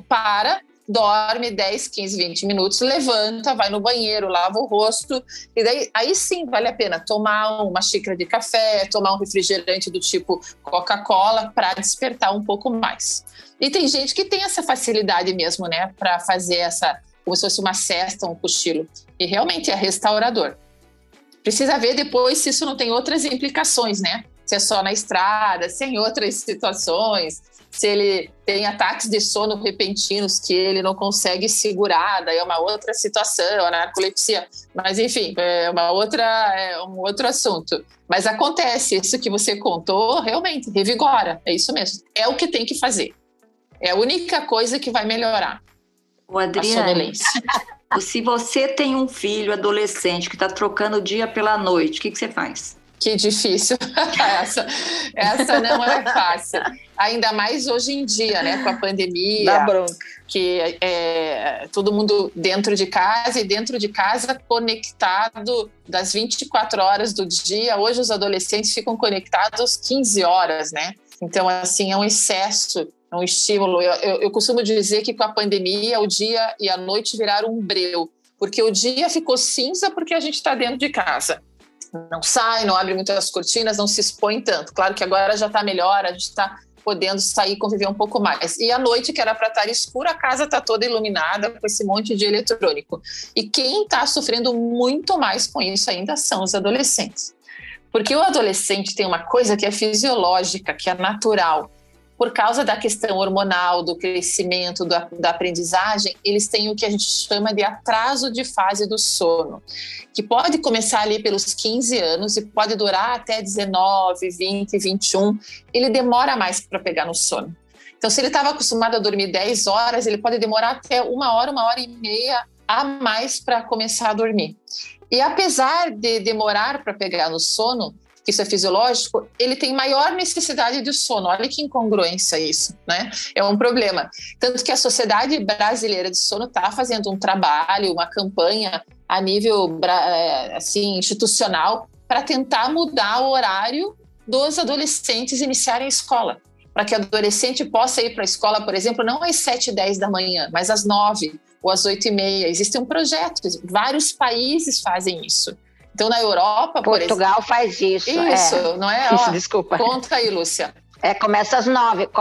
dorme 10, 15, 20 minutos, levanta, vai no banheiro, lava o rosto, e daí, aí sim vale a pena tomar uma xícara de café, tomar um refrigerante do tipo Coca-Cola para despertar um pouco mais. E tem gente que tem essa facilidade mesmo, né, para fazer como se fosse uma sesta, um cochilo. E realmente é restaurador. Precisa ver depois se isso não tem outras implicações, né? Se é só na estrada, se é em outras situações, se ele tem ataques de sono repentinos que ele não consegue segurar, daí é uma outra situação, a narcolepsia. Mas, enfim, é um outro assunto. Mas acontece, isso que você contou, realmente, revigora, é isso mesmo. É o que tem que fazer. É a única coisa que vai melhorar a sonolência. Se você tem um filho adolescente que está trocando o dia pela noite, o que você faz? Que difícil. Essa não é fácil. Ainda mais hoje em dia, né? Com a pandemia. Dá bronca. Que é todo mundo dentro de casa e dentro de casa conectado das 24 horas do dia. Hoje os adolescentes ficam conectados 15 horas, né? Então, assim, é um excesso, é um estímulo. Eu costumo dizer que com a pandemia o dia e a noite viraram um breu, porque o dia ficou cinza porque a gente está dentro de casa. Não sai, não abre muitas cortinas, não se expõe tanto. Claro que agora já está melhor, a gente está podendo sair e conviver um pouco mais. E à noite, que era para estar escura, a casa está toda iluminada com esse monte de eletrônico. E quem está sofrendo muito mais com isso ainda são os adolescentes. Porque o adolescente tem uma coisa que é fisiológica, que é natural. Por causa da questão hormonal, do crescimento, da aprendizagem, eles têm o que a gente chama de atraso de fase do sono, que pode começar ali pelos 15 anos e pode durar até 19, 20, 21. Ele demora mais para pegar no sono. Então, se ele estava acostumado a dormir 10 horas, ele pode demorar até 1 hora e meia a mais para começar a dormir. E apesar de demorar para pegar no sono, que isso é fisiológico, ele tem maior necessidade de sono. Olha que incongruência isso, né? É um problema. Tanto que a Sociedade Brasileira de Sono está fazendo um trabalho, uma campanha a nível assim, institucional para tentar mudar o horário dos adolescentes iniciarem a escola. Para que o adolescente possa ir para a escola, por exemplo, não às 7h10 da manhã, mas às 9h ou às 8h30. Existe um projeto, vários países fazem isso. Então, na Europa, Portugal faz isso. Isso, não é? Isso, desculpa. Conta aí, Lúcia. Começa às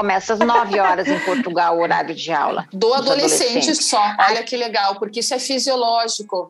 9 horas em Portugal o horário de aula. Do adolescente só. Olha que legal, porque isso é fisiológico.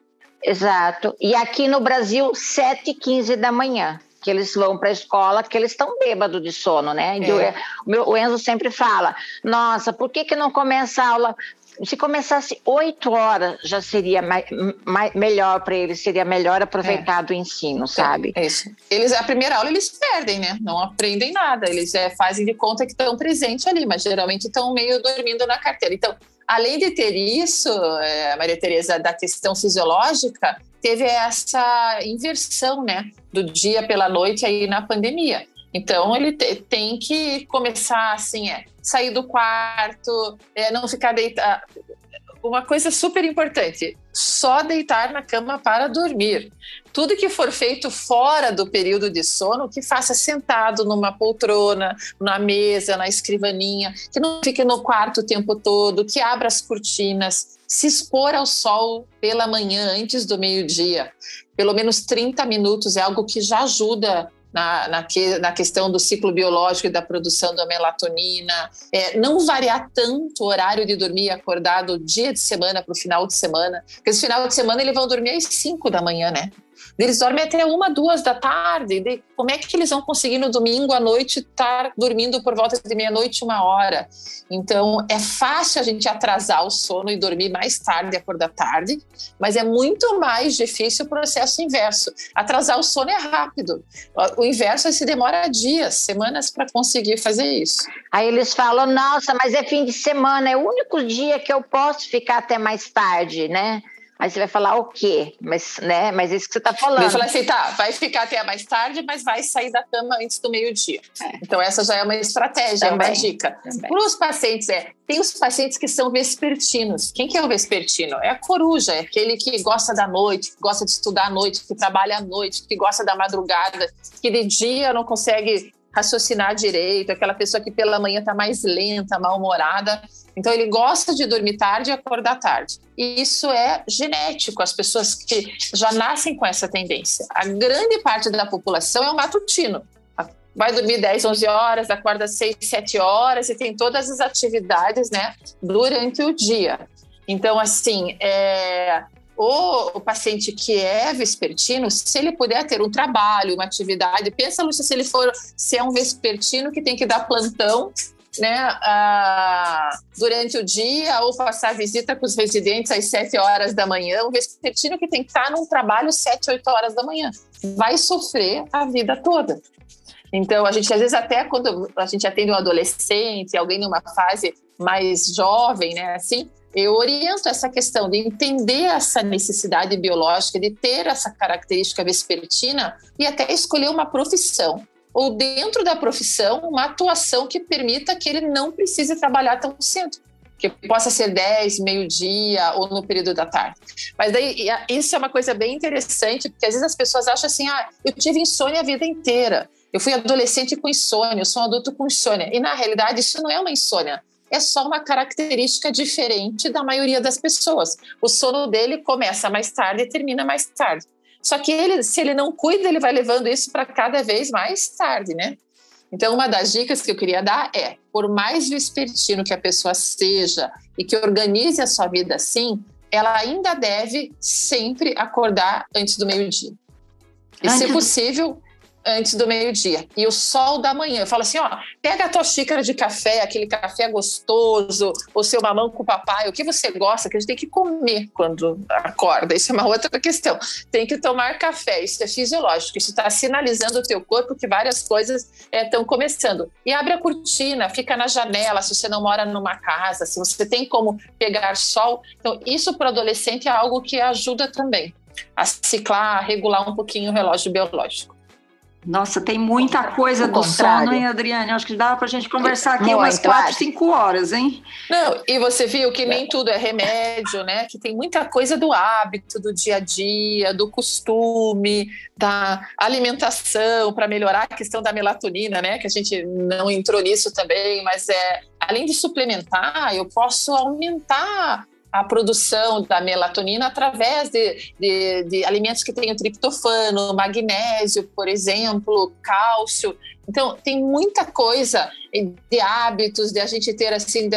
Exato. E aqui no Brasil, 7h15 da manhã, que eles vão para a escola, que eles estão bêbados de sono, né? O Enzo sempre fala, nossa, por que não começa a aula... Se começasse 8 horas, já seria melhor para eles, seria melhor aproveitado o ensino, sabe? É isso. A primeira aula eles perdem, né? Não aprendem nada, eles fazem de conta que estão presentes ali, mas geralmente estão meio dormindo na carteira. Então, além de ter isso, Maria Tereza, da questão fisiológica, teve essa inversão, né? Do dia pela noite aí na pandemia. Então, ele tem que começar, assim, sair do quarto, não ficar deitado. Uma coisa super importante, só deitar na cama para dormir. Tudo que for feito fora do período de sono, que faça sentado numa poltrona, na mesa, na escrivaninha, que não fique no quarto o tempo todo, que abra as cortinas, se expor ao sol pela manhã, antes do meio-dia. Pelo menos 30 minutos é algo que já ajuda na questão do ciclo biológico e da produção da melatonina, não variar tanto o horário de dormir e acordar do dia de semana para o final de semana, porque esse final de semana eles vão dormir às 5 da manhã, né? Eles dormem até 1, 2 da tarde. Como é que eles vão conseguir no domingo à noite estar dormindo por volta de meia-noite, 1h? Então, é fácil a gente atrasar o sono e dormir mais tarde e acordar tarde, mas é muito mais difícil o processo inverso. Atrasar o sono é rápido. O inverso se demora dias, semanas para conseguir fazer isso. Aí eles falam, nossa, mas é fim de semana, é o único dia que eu posso ficar até mais tarde, né? Aí você vai falar o quê? Mas é isso que você está falando. Eu falei assim, vai ficar até mais tarde, mas vai sair da cama antes do meio-dia. Então essa já é uma estratégia, também, uma dica. Para os pacientes, tem os pacientes que são vespertinos. Quem que é o vespertino? É a coruja, é aquele que gosta da noite, que gosta de estudar à noite, que trabalha à noite, que gosta da madrugada, que de dia não consegue raciocinar direito, aquela pessoa que pela manhã está mais lenta, mal-humorada. Então, ele gosta de dormir tarde e acordar tarde. E isso é genético, as pessoas que já nascem com essa tendência. A grande parte da população é o matutino. Vai dormir 10, 11 horas, acorda 6, 7 horas e tem todas as atividades, né, durante o dia. Então, assim, o paciente que é vespertino, se ele puder ter um trabalho, uma atividade, pensa, Lúcia, se é um vespertino que tem que dar plantão, né, durante o dia ou passar visita com os residentes às 7 horas da manhã, um vespertino que tem que estar num trabalho 7, 8 horas da manhã, vai sofrer a vida toda. Então, a gente, às vezes, até quando a gente atende um adolescente, alguém numa fase mais jovem, né, assim, eu oriento essa questão de entender essa necessidade biológica, de ter essa característica vespertina e até escolher uma profissão. Ou dentro da profissão, uma atuação que permita que ele não precise trabalhar tão cedo, que possa ser 10, meio-dia ou no período da tarde. Mas daí, isso é uma coisa bem interessante, porque às vezes as pessoas acham assim, eu tive insônia a vida inteira, eu fui adolescente com insônia, eu sou um adulto com insônia. E na realidade isso não é uma insônia, é só uma característica diferente da maioria das pessoas. O sono dele começa mais tarde e termina mais tarde. Só que se ele não cuida, ele vai levando isso para cada vez mais tarde, né? Então, uma das dicas que eu queria dar é, por mais vespertino que a pessoa seja e que organize a sua vida assim, ela ainda deve sempre acordar antes do meio-dia. E, se possível, antes do meio-dia. E o sol da manhã. Eu falo assim, pega a tua xícara de café, aquele café gostoso, o seu mamão com papai, o que você gosta, que a gente tem que comer quando acorda. Isso é uma outra questão. Tem que tomar café, isso é fisiológico. Isso está sinalizando o teu corpo que várias coisas estão começando. E abre a cortina, fica na janela, se você não mora numa casa, se você tem como pegar sol. Então, isso para o adolescente é algo que ajuda também a ciclar, a regular um pouquinho o relógio biológico. Nossa, tem muita coisa do sono, hein, Adriane? Acho que dá pra gente conversar aqui umas 4, 5 horas, hein? Não, e você viu que nem tudo é remédio, né? Que tem muita coisa do hábito, do dia a dia, do costume, da alimentação para melhorar a questão da melatonina, né? Que a gente não entrou nisso também, mas além de suplementar, eu posso aumentar a produção da melatonina através de alimentos que tenham triptofano, magnésio, por exemplo, cálcio. Então, tem muita coisa de hábitos, de a gente ter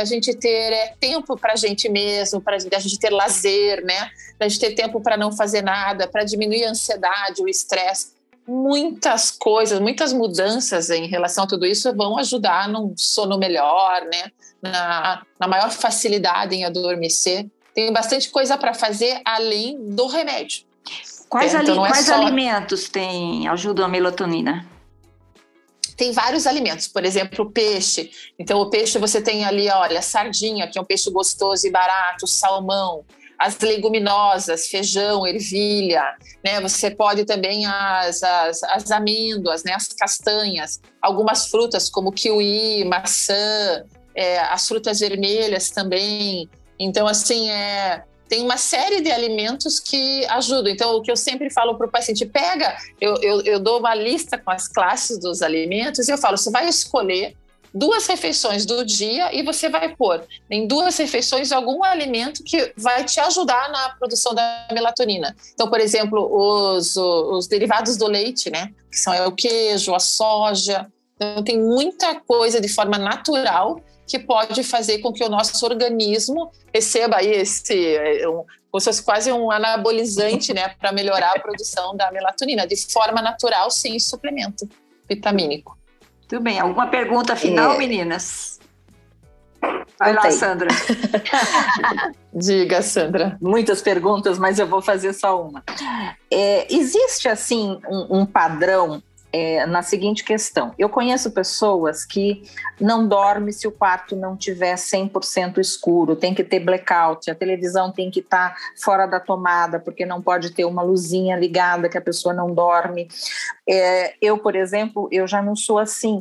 tempo para a gente mesmo, de a gente ter lazer, né? De a gente ter tempo para não fazer nada, para diminuir a ansiedade, o estresse. Muitas coisas, muitas mudanças em relação a tudo isso vão ajudar num sono melhor, né? Na maior facilidade em adormecer. Tem bastante coisa para fazer além do remédio. Quais alimentos ajudam a melatonina? Tem vários alimentos, por exemplo, o peixe. Então, o peixe você tem ali, olha, sardinha, que é um peixe gostoso e barato, salmão, as leguminosas, feijão, ervilha, né? Você pode também as amêndoas, né? As castanhas, algumas frutas como kiwi, maçã, as frutas vermelhas também. Então, assim, tem uma série de alimentos que ajudam. Então, o que eu sempre falo para o paciente, eu dou uma lista com as classes dos alimentos e eu falo, você vai escolher 2 refeições do dia e você vai pôr em 2 refeições algum alimento que vai te ajudar na produção da melatonina. Então, por exemplo, os derivados do leite, né? Que são o queijo, a soja. Então, tem muita coisa de forma natural que pode fazer com que o nosso organismo receba aí como se fosse quase um anabolizante, né, para melhorar a produção da melatonina, de forma natural, sem suplemento vitamínico. Tudo bem. Alguma pergunta final, meninas? Vai lá, Sandra. Diga, Sandra. Muitas perguntas, mas eu vou fazer só uma. Existe, assim, um padrão na seguinte questão. Eu conheço pessoas que não dormem se o quarto não tiver 100% escuro, tem que ter blackout, a televisão tem que estar fora da tomada, porque não pode ter uma luzinha ligada que a pessoa não dorme. Eu, por exemplo, eu já não sou assim.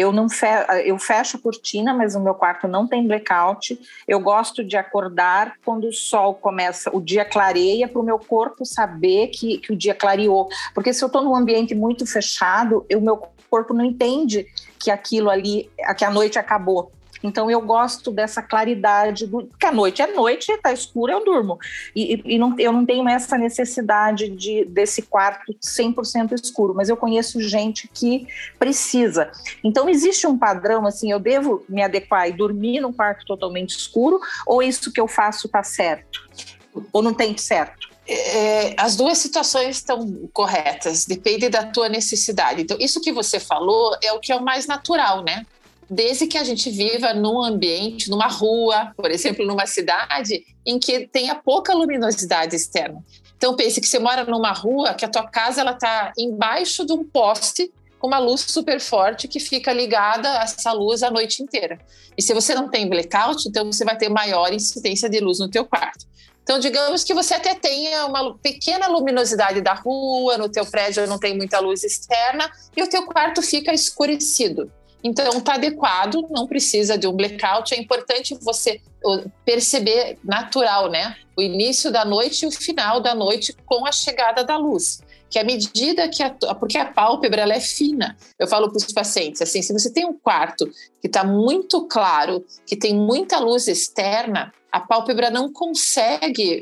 Eu fecho a cortina, mas o meu quarto não tem blackout. Eu gosto de acordar quando o sol começa, o dia clareia, para o meu corpo saber que o dia clareou. Porque se eu estou num ambiente muito fechado, o meu corpo não entende que aquilo ali, que a noite acabou. Então eu gosto dessa claridade, porque a noite é noite, está escuro, eu durmo. Eu não tenho essa necessidade desse quarto 100% escuro, mas eu conheço gente que precisa. Então existe um padrão, assim, eu devo me adequar e dormir num quarto totalmente escuro, ou isso que eu faço está certo? Ou não tem certo? As 2 situações estão corretas, depende da tua necessidade. Então, isso que você falou é o que é o mais natural, né? Desde que a gente viva num ambiente, numa rua, por exemplo, numa cidade, em que tenha pouca luminosidade externa. Então, pense que você mora numa rua, que a tua casa está embaixo de um poste com uma luz super forte que fica ligada a essa luz a noite inteira. E se você não tem blackout, então você vai ter maior incidência de luz no teu quarto. Então, digamos que você até tenha uma pequena luminosidade da rua, no teu prédio não tem muita luz externa e o teu quarto fica escurecido. Então, está adequado, não precisa de um blackout. É importante você perceber natural, né? O início da noite e o final da noite com a chegada da luz. Que à medida que porque a pálpebra ela é fina. Eu falo para os pacientes, assim, se você tem um quarto que está muito claro, que tem muita luz externa, a pálpebra não consegue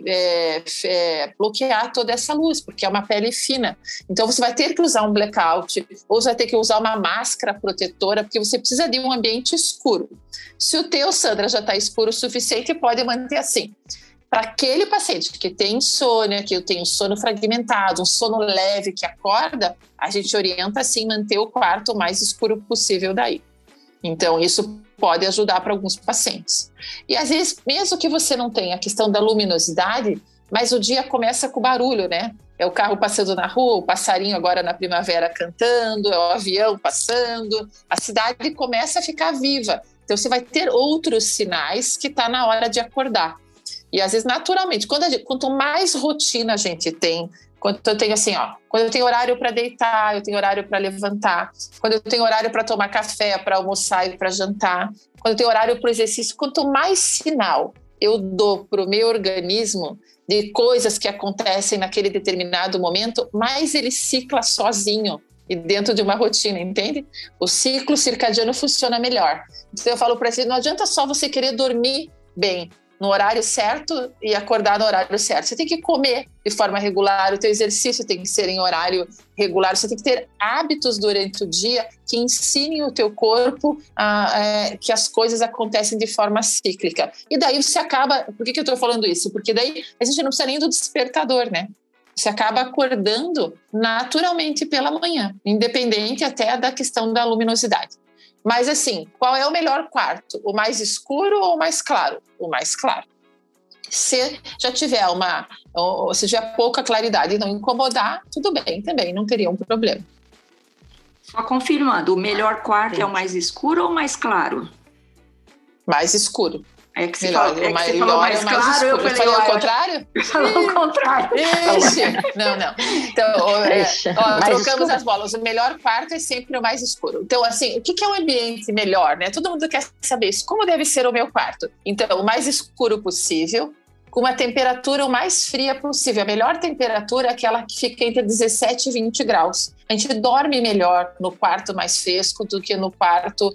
bloquear toda essa luz, porque é uma pele fina. Então, você vai ter que usar um blackout, ou você vai ter que usar uma máscara protetora, porque você precisa de um ambiente escuro. Se o teu, Sandra, já está escuro o suficiente, pode manter assim. Para aquele paciente que tem insônia, que tem um sono fragmentado, um sono leve, que acorda, a gente orienta, assim, manter o quarto o mais escuro possível daí. Então, isso pode ajudar para alguns pacientes. E, às vezes, mesmo que você não tenha a questão da luminosidade, mas o dia começa com barulho, né? É o carro passando na rua, o passarinho agora na primavera cantando, é o avião passando, a cidade começa a ficar viva. Então, você vai ter outros sinais que está na hora de acordar. E, às vezes, naturalmente, quanto mais rotina a gente tem, quando eu tenho assim, quando eu tenho horário para deitar, eu tenho horário para levantar, quando eu tenho horário para tomar café, para almoçar e para jantar, quando eu tenho horário para o exercício, quanto mais sinal eu dou para o meu organismo de coisas que acontecem naquele determinado momento, mais ele cicla sozinho e dentro de uma rotina, entende? O ciclo circadiano funciona melhor. Então eu falo para você, não adianta só você querer dormir bem, no horário certo e acordar no horário certo. Você tem que comer de forma regular, o teu exercício tem que ser em horário regular, você tem que ter hábitos durante o dia que ensinem o teu corpo que as coisas acontecem de forma cíclica. E daí você acaba... Por que eu estou falando isso? Porque daí a gente não precisa nem do despertador, né? Você acaba acordando naturalmente pela manhã, independente até da questão da luminosidade. Mas assim, qual é o melhor quarto? O mais escuro ou o mais claro? O mais claro. Se já tiver se tiver pouca claridade e não incomodar, tudo bem também, não teria um problema. Só confirmando, o melhor quarto é o mais escuro ou o mais claro? Mais escuro. É que você falou mais claro, escuro. eu falei ao contrário? Falou o contrário. Não. Então, trocamos as bolas. O melhor quarto é sempre o mais escuro. Então, assim, o que é um ambiente melhor, né? Todo mundo quer saber isso. Como deve ser o meu quarto? Então, o mais escuro possível, com uma temperatura o mais fria possível. A melhor temperatura é aquela que fica entre 17 e 20 graus. A gente dorme melhor no quarto mais fresco do que no quarto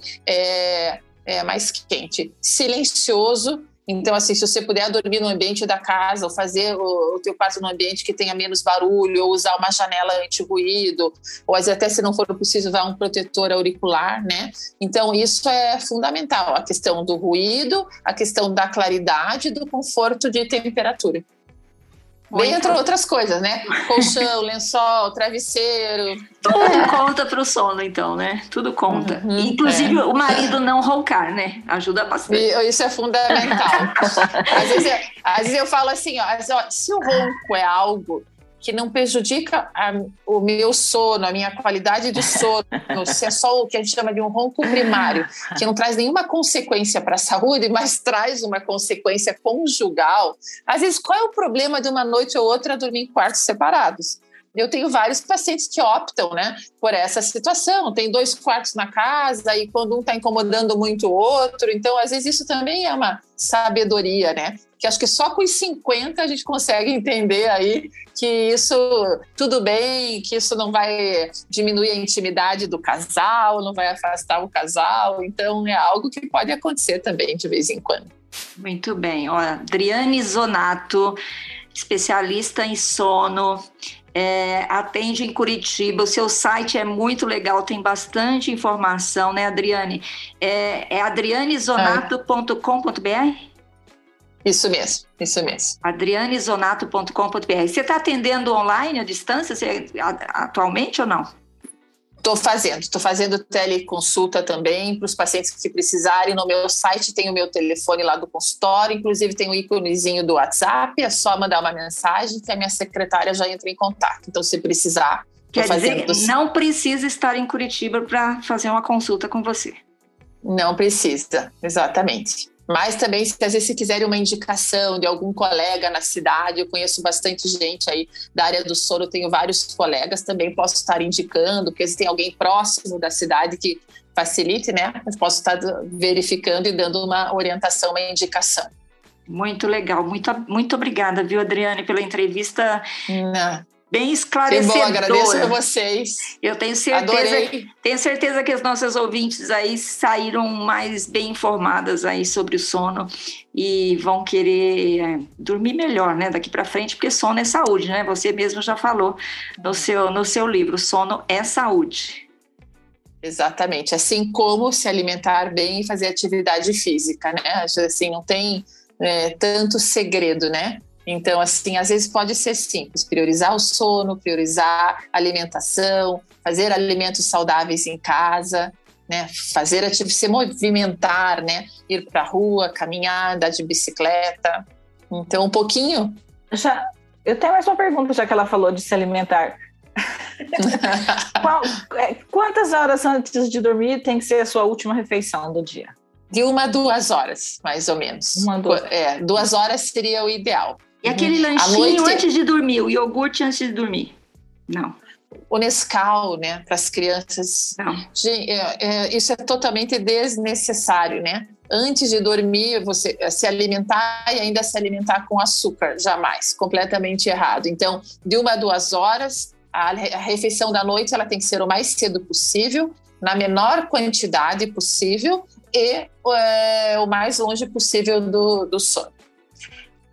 mais quente. Silencioso. Então, assim, se você puder dormir no ambiente da casa ou fazer o teu quarto num ambiente que tenha menos barulho, ou usar uma janela anti-ruído, ou às vezes até se não for preciso usar um protetor auricular, né? Então, isso é fundamental. A questão do ruído, a questão da claridade, do conforto de temperatura. Bem, entre outras coisas, né? Colchão, lençol, travesseiro. Tudo conta para o sono, então, né? Tudo conta. Inclusive o marido não roncar, né? Ajuda bastante. Isso é fundamental. Às vezes eu falo assim, se o ronco é algo que não prejudica o meu sono, a minha qualidade de sono, se é só o que a gente chama de um ronco primário, que não traz nenhuma consequência para a saúde, mas traz uma consequência conjugal, às vezes qual é o problema de uma noite ou outra dormir em quartos separados? Eu tenho vários pacientes que optam, né, por essa situação. Tem 2 quartos na casa e quando um está incomodando muito o outro. Então, às vezes, isso também é uma sabedoria, né? Que acho que só com os 50 a gente consegue entender aí que isso tudo bem, que isso não vai diminuir a intimidade do casal, não vai afastar o casal. Então, é algo que pode acontecer também de vez em quando. Muito bem. Adriane Zonato, especialista em sono, atende em Curitiba. O seu site é muito legal, tem bastante informação, né, Adriane? É adrianezonato.com.br? Isso mesmo. adrianezonato.com.br. Você está atendendo online, à distância, atualmente ou não? Estou fazendo teleconsulta também para os pacientes que precisarem. No meu site tem o meu telefone lá do consultório, inclusive tem o íconezinho do WhatsApp, é só mandar uma mensagem que a minha secretária já entra em contato. Então, se precisar... Quer dizer, não precisa estar em Curitiba para fazer uma consulta com você. Não precisa, exatamente. Mas também, às vezes, se quiserem uma indicação de algum colega na cidade, eu conheço bastante gente aí da área do sono, tenho vários colegas, também posso estar indicando, porque se tem alguém próximo da cidade que facilite, né? Eu posso estar verificando e dando uma orientação, uma indicação. Muito legal, muito obrigada, viu, Adriane, pela entrevista. Bem esclarecedora. Que bom, agradeço a vocês. Eu tenho certeza que as nossas ouvintes aí saíram mais bem informadas aí sobre o sono e vão querer dormir melhor, né, daqui para frente, porque sono é saúde, né? Você mesmo já falou no seu livro, sono é saúde. Exatamente, assim como se alimentar bem e fazer atividade física, né? Assim, não tem tanto segredo, né? Então, assim, às vezes pode ser simples, priorizar o sono, priorizar a alimentação, fazer alimentos saudáveis em casa, né? Se movimentar, né? Ir para a rua, caminhar, andar de bicicleta. Então, um pouquinho. Eu tenho mais uma pergunta, já que ela falou de se alimentar. Quantas horas antes de dormir tem que ser a sua última refeição do dia? De 1 a 2 horas, mais ou menos. 2 horas seria o ideal. E aquele lanchinho antes de dormir, o iogurte antes de dormir? Não. O Nescau, né, para as crianças. Não. Isso é totalmente desnecessário, né? Antes de dormir, você se alimentar e ainda se alimentar com açúcar, jamais. Completamente errado. Então, de 1 a 2 horas, a refeição da noite ela tem que ser o mais cedo possível, na menor quantidade possível e o mais longe possível do sono.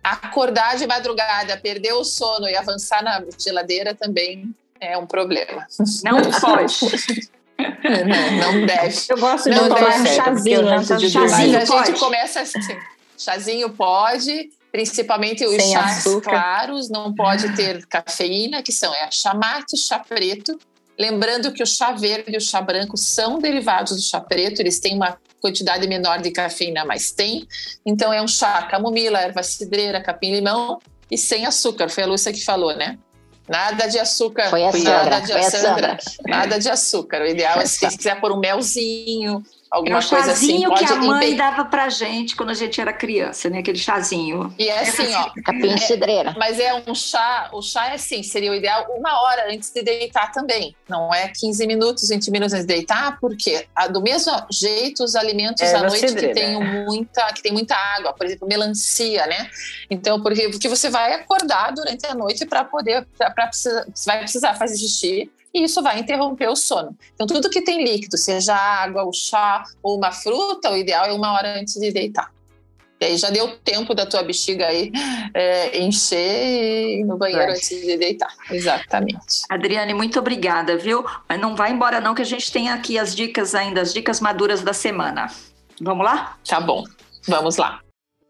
Acordar de madrugada, perder o sono e avançar na geladeira também é um problema. Não pode. Não deve. Eu gosto de Não tomar deve, um chazinho antes de dormir. Mas a pode? gente começa assim. Chazinho pode, principalmente os Sem chás açúcar. claros, não pode ter cafeína, que são chá mate, chá preto. Lembrando que o chá verde e o chá branco são derivados do chá preto, eles têm uma quantidade menor de cafeína, mas tem. Então é um chá camomila, erva cidreira, capim-limão e sem açúcar. Foi a Lúcia que falou, né? Nada de açúcar. Foi a Sandra, de foi a Sandra. Nada de açúcar. O ideal é se quiser pôr um melzinho, alguma É o coisa assim. chazinho que a mãe impedir. dava pra gente quando a gente era criança, né? Aquele chazinho. E é assim, ó. Capim cidreira. Mas é um chá, o chá é assim, seria o ideal 1 hora antes de deitar também. Não é 15 minutos, 20 minutos antes de deitar, porque do mesmo jeito os alimentos à noite que tem muita água, por exemplo, melancia, né? Então, porque você vai acordar durante a noite para poder, você vai precisar fazer xixi, e isso vai interromper o sono. Então, tudo que tem líquido, seja água, o chá ou uma fruta, o ideal é 1 hora antes de deitar. E aí já deu tempo da tua bexiga aí encher e ir no banheiro antes de deitar. Exatamente. Adriane, muito obrigada, viu? Mas não vai embora não, que a gente tem aqui as dicas ainda, as dicas maduras da semana. Vamos lá? Tá bom, vamos lá.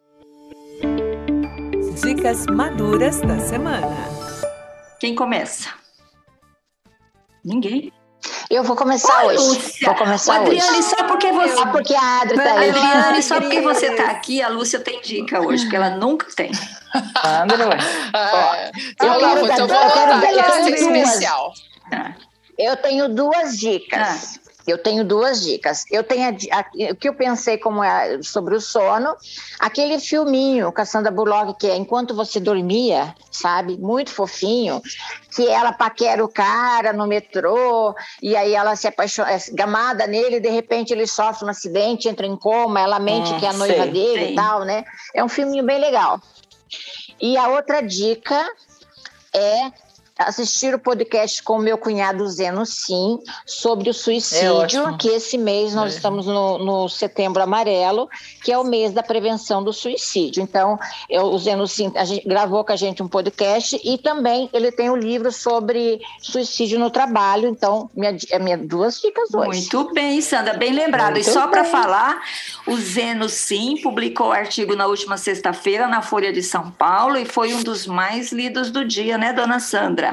Dicas maduras da semana. Quem começa? Ninguém. Eu vou começar hoje. Lúcia. Vou começar Adriane, hoje. só porque você... Só porque a Adri tá aí. Adriane, só porque você tá aqui, a Lúcia tem dica hoje, porque ela nunca tem. Sandra, ué. Então vou anotar que essa é especial. Eu tenho 2 dicas. Eu tenho 2 dicas. Eu tenho o que eu pensei como sobre o sono, aquele filminho com a Sandra Bullock, que é Enquanto Você Dormia, sabe? Muito fofinho, que ela paquera o cara no metrô, e aí ela se apaixona, é gamada nele, e de repente ele sofre um acidente, entra em coma, ela mente que é a noiva dele e tal, né? É um filminho bem legal. E a outra dica é assistir o podcast com o meu cunhado Zeno Sim, sobre o suicídio, que esse mês nós estamos no Setembro Amarelo, que é o mês da prevenção do suicídio. Então, o Zeno Sim gravou com a gente um podcast e também ele tem um livro sobre suicídio no trabalho. Então, minhas 2 dicas hoje. Muito bem, Sandra, bem lembrado. E só para falar, o Zeno Sim publicou o artigo na última sexta-feira na Folha de São Paulo e foi um dos mais lidos do dia, né, dona Sandra?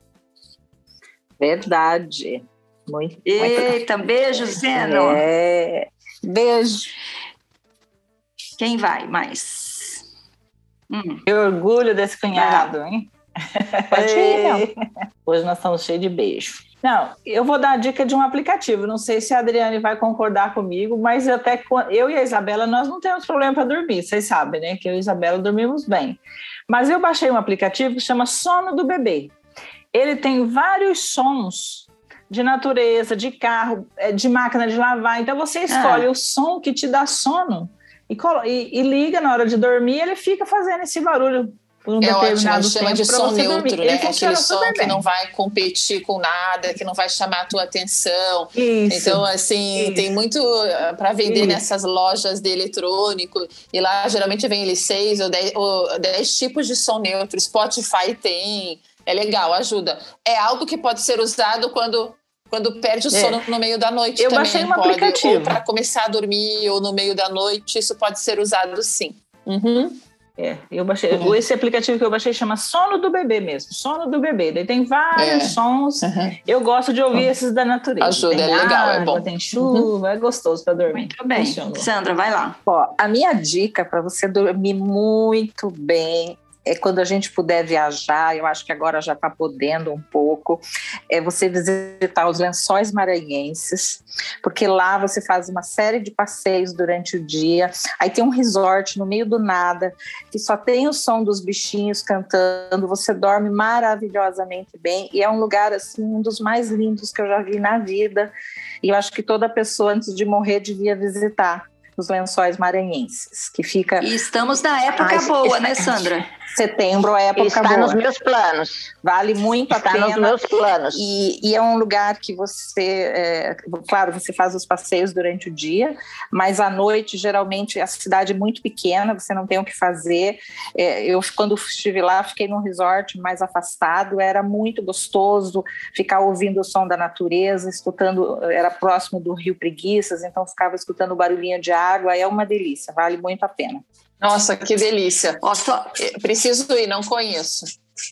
Verdade. Muito. Eita, beijo, Zeno. Beijo. Quem vai mais? Que orgulho desse cunhado, hein? Pode ir, não. Hoje nós estamos cheios de beijo. Não, eu vou dar a dica de um aplicativo. Não sei se a Adriane vai concordar comigo, mas eu e a Isabela, nós não temos problema para dormir. Vocês sabem, né? Que eu e a Isabela dormimos bem. Mas eu baixei um aplicativo que chama Sono do Bebê. Ele tem vários sons de natureza, de carro, de máquina de lavar. Então, você escolhe o som que te dá sono e liga na hora de dormir, ele fica fazendo esse barulho por um determinado tempo. Chama de som neutro, né? Aquele som que não vai competir com nada, que não vai chamar a tua atenção. Isso. Então, assim, tem muito para vender nessas lojas de eletrônico. E lá, geralmente, vem 6 ou 10 tipos de som neutro. Spotify tem... É legal, ajuda. É algo que pode ser usado quando perde o sono no meio da noite. Eu também baixei um aplicativo. Ou para começar a dormir, ou no meio da noite, isso pode ser usado sim. Eu baixei. Esse aplicativo que eu baixei chama Sono do Bebê mesmo. Sono do Bebê. Daí tem vários sons. Eu gosto de ouvir esses da natureza. Ajuda, tem legal, água, é bom. Tem chuva, é gostoso para dormir. Muito bem. Funciona. Sandra, vai lá. Ó, a minha dica para você dormir muito bem é quando a gente puder viajar, eu acho que agora já está podendo um pouco, é você visitar os Lençóis Maranhenses, porque lá você faz uma série de passeios durante o dia, aí tem um resort no meio do nada, que só tem o som dos bichinhos cantando, você dorme maravilhosamente bem, e é um lugar, assim, um dos mais lindos que eu já vi na vida, e eu acho que toda pessoa, antes de morrer, devia visitar os Lençóis Maranhenses, que fica... E estamos na época boa, né, Sandra? Setembro é época Está boa. nos meus planos. Vale muito a pena. Está nos meus planos. E é um lugar que você, claro, você faz os passeios durante o dia, mas à noite, geralmente, a cidade é muito pequena, você não tem o que fazer. Eu, quando estive lá, fiquei num resort mais afastado, era muito gostoso ficar ouvindo o som da natureza, escutando, era próximo do Rio Preguiças, então ficava escutando o barulhinho de água, é uma delícia, vale muito a pena. Nossa, que delícia. Nossa, preciso ir, não conheço.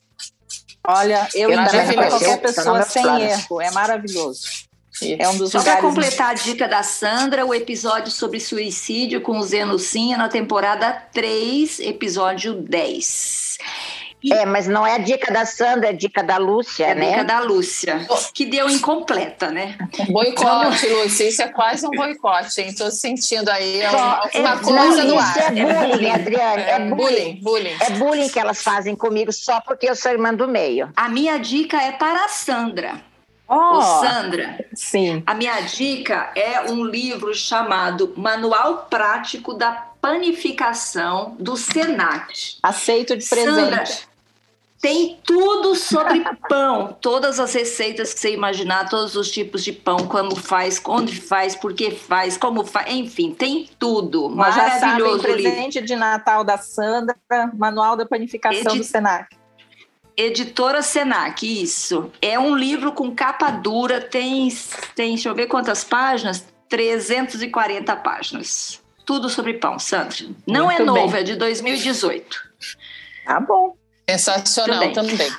Olha, eu indico para qualquer pessoa sem planos. erro, é maravilhoso. É um dos Só lugares... para completar a dica da Sandra, o episódio sobre suicídio com o Zé Lucinha na temporada 3, episódio 10. Mas não é a dica da Sandra, é a dica da Lúcia, né? É a dica da Lúcia, que deu incompleta, né? Boicote, Lúcia, isso é quase um boicote, hein? Estou sentindo aí uma coisa no ar. Isso é bullying, Adriane, é bullying. Bullying. É bullying que elas fazem comigo só porque eu sou irmã do meio. A minha dica é para a Sandra. Sandra, sim. A minha dica é um livro chamado Manual Prático da Panificação do Senac. Aceito de presente. Sandra, tem tudo sobre pão, todas as receitas que você imaginar, todos os tipos de pão, como faz, onde faz, por que faz, como faz, enfim, tem tudo. Mas maravilhoso. Já sabem, presente de Natal da Sandra, Manual da Panificação do Senac. Editora Senac, isso. É um livro com capa dura, tem, deixa eu ver quantas páginas, 340 páginas. Tudo sobre pão, Sandra. Não Muito é novo, bem. é de 2018. Tá bom. Sensacional também.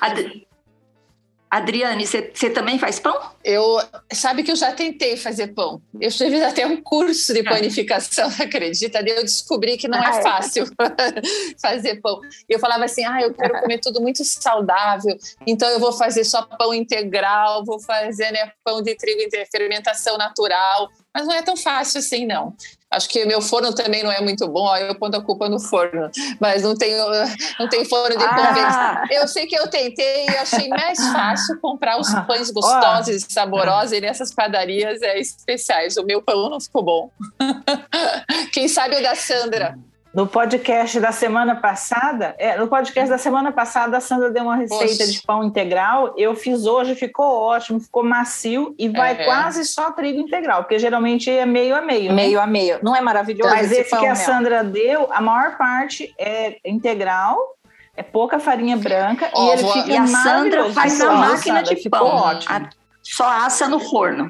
Adriane, você também faz pão? Sabe que eu já tentei fazer pão. Eu fiz até um curso de panificação, acredita? Eu descobri que não é fácil fazer pão. E eu falava assim, eu quero comer tudo muito saudável, então eu vou fazer só pão integral, vou fazer pão de trigo em fermentação natural. Mas não é tão fácil assim, não. Acho que meu forno também não é muito bom, eu ponho a culpa no forno, mas não tenho forno de convecção. Eu sei que eu tentei e achei mais fácil comprar os pães gostosos e saborosos e nessas padarias especiais. O meu pão não ficou bom. Quem sabe o da Sandra. No podcast da semana passada, a Sandra deu uma receita de pão integral. Eu fiz hoje, ficou ótimo, ficou macio e vai quase só trigo integral, porque geralmente é meio a meio. Meio a meio. Não é maravilhoso? Mas esse que a Sandra deu, a maior parte é integral, é pouca farinha branca e ele fica e a Sandra faz na máquina de pão. Ficou ótimo. Só assa no forno.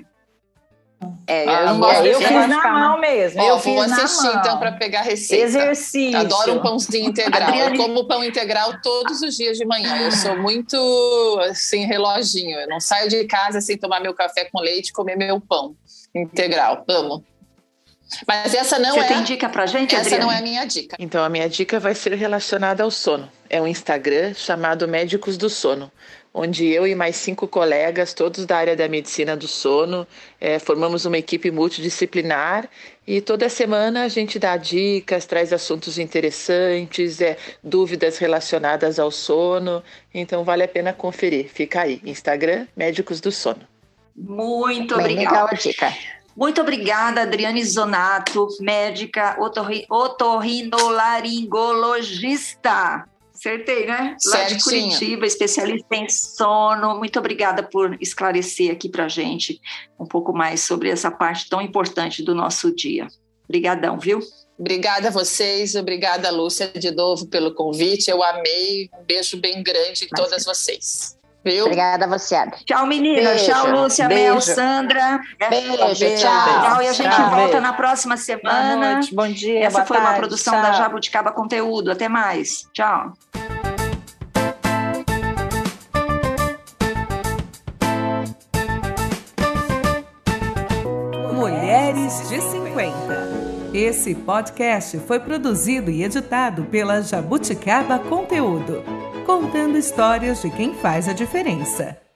Eu fiz na mão mesmo. Vou assistir então para pegar receita. Exercício. Adoro um pãozinho integral. Adriane... Eu como pão integral todos os dias de manhã. Eu sou muito assim, reloginho. Eu não saio de casa sem tomar meu café com leite e comer meu pão integral. Amo. Mas essa não Você tem dica pra gente, Essa Adriane? não é a minha dica. Então, a minha dica vai ser relacionada ao sono. É um Instagram chamado Médicos do Sono, onde eu e mais 5 colegas, todos da área da medicina do sono, formamos uma equipe multidisciplinar e toda semana a gente dá dicas, traz assuntos interessantes, dúvidas relacionadas ao sono. Então, vale a pena conferir. Fica aí, Instagram Médicos do Sono. Muito Bem obrigada. legal a dica. Muito obrigada, Adriane Zonato, médica otorrinolaringologista. Acertei, né? Lá de Curitiba, especialista em sono. Muito obrigada por esclarecer aqui pra gente um pouco mais sobre essa parte tão importante do nosso dia. Obrigadão, viu? Obrigada a vocês, obrigada, Lúcia, de novo pelo convite. Eu amei. Um beijo bem grande em todas vocês. Viu? Obrigada a você, Adri. Tchau, menina. Beijo. Tchau, Lúcia, Mel, Sandra. Beijo, tchau. E a gente volta na próxima semana. Boa noite, bom dia, Essa foi tarde, uma produção da Jabuticaba Conteúdo. Até mais. Tchau. Mulheres de 50. Esse podcast foi produzido e editado pela Jabuticaba Conteúdo, contando histórias de quem faz a diferença.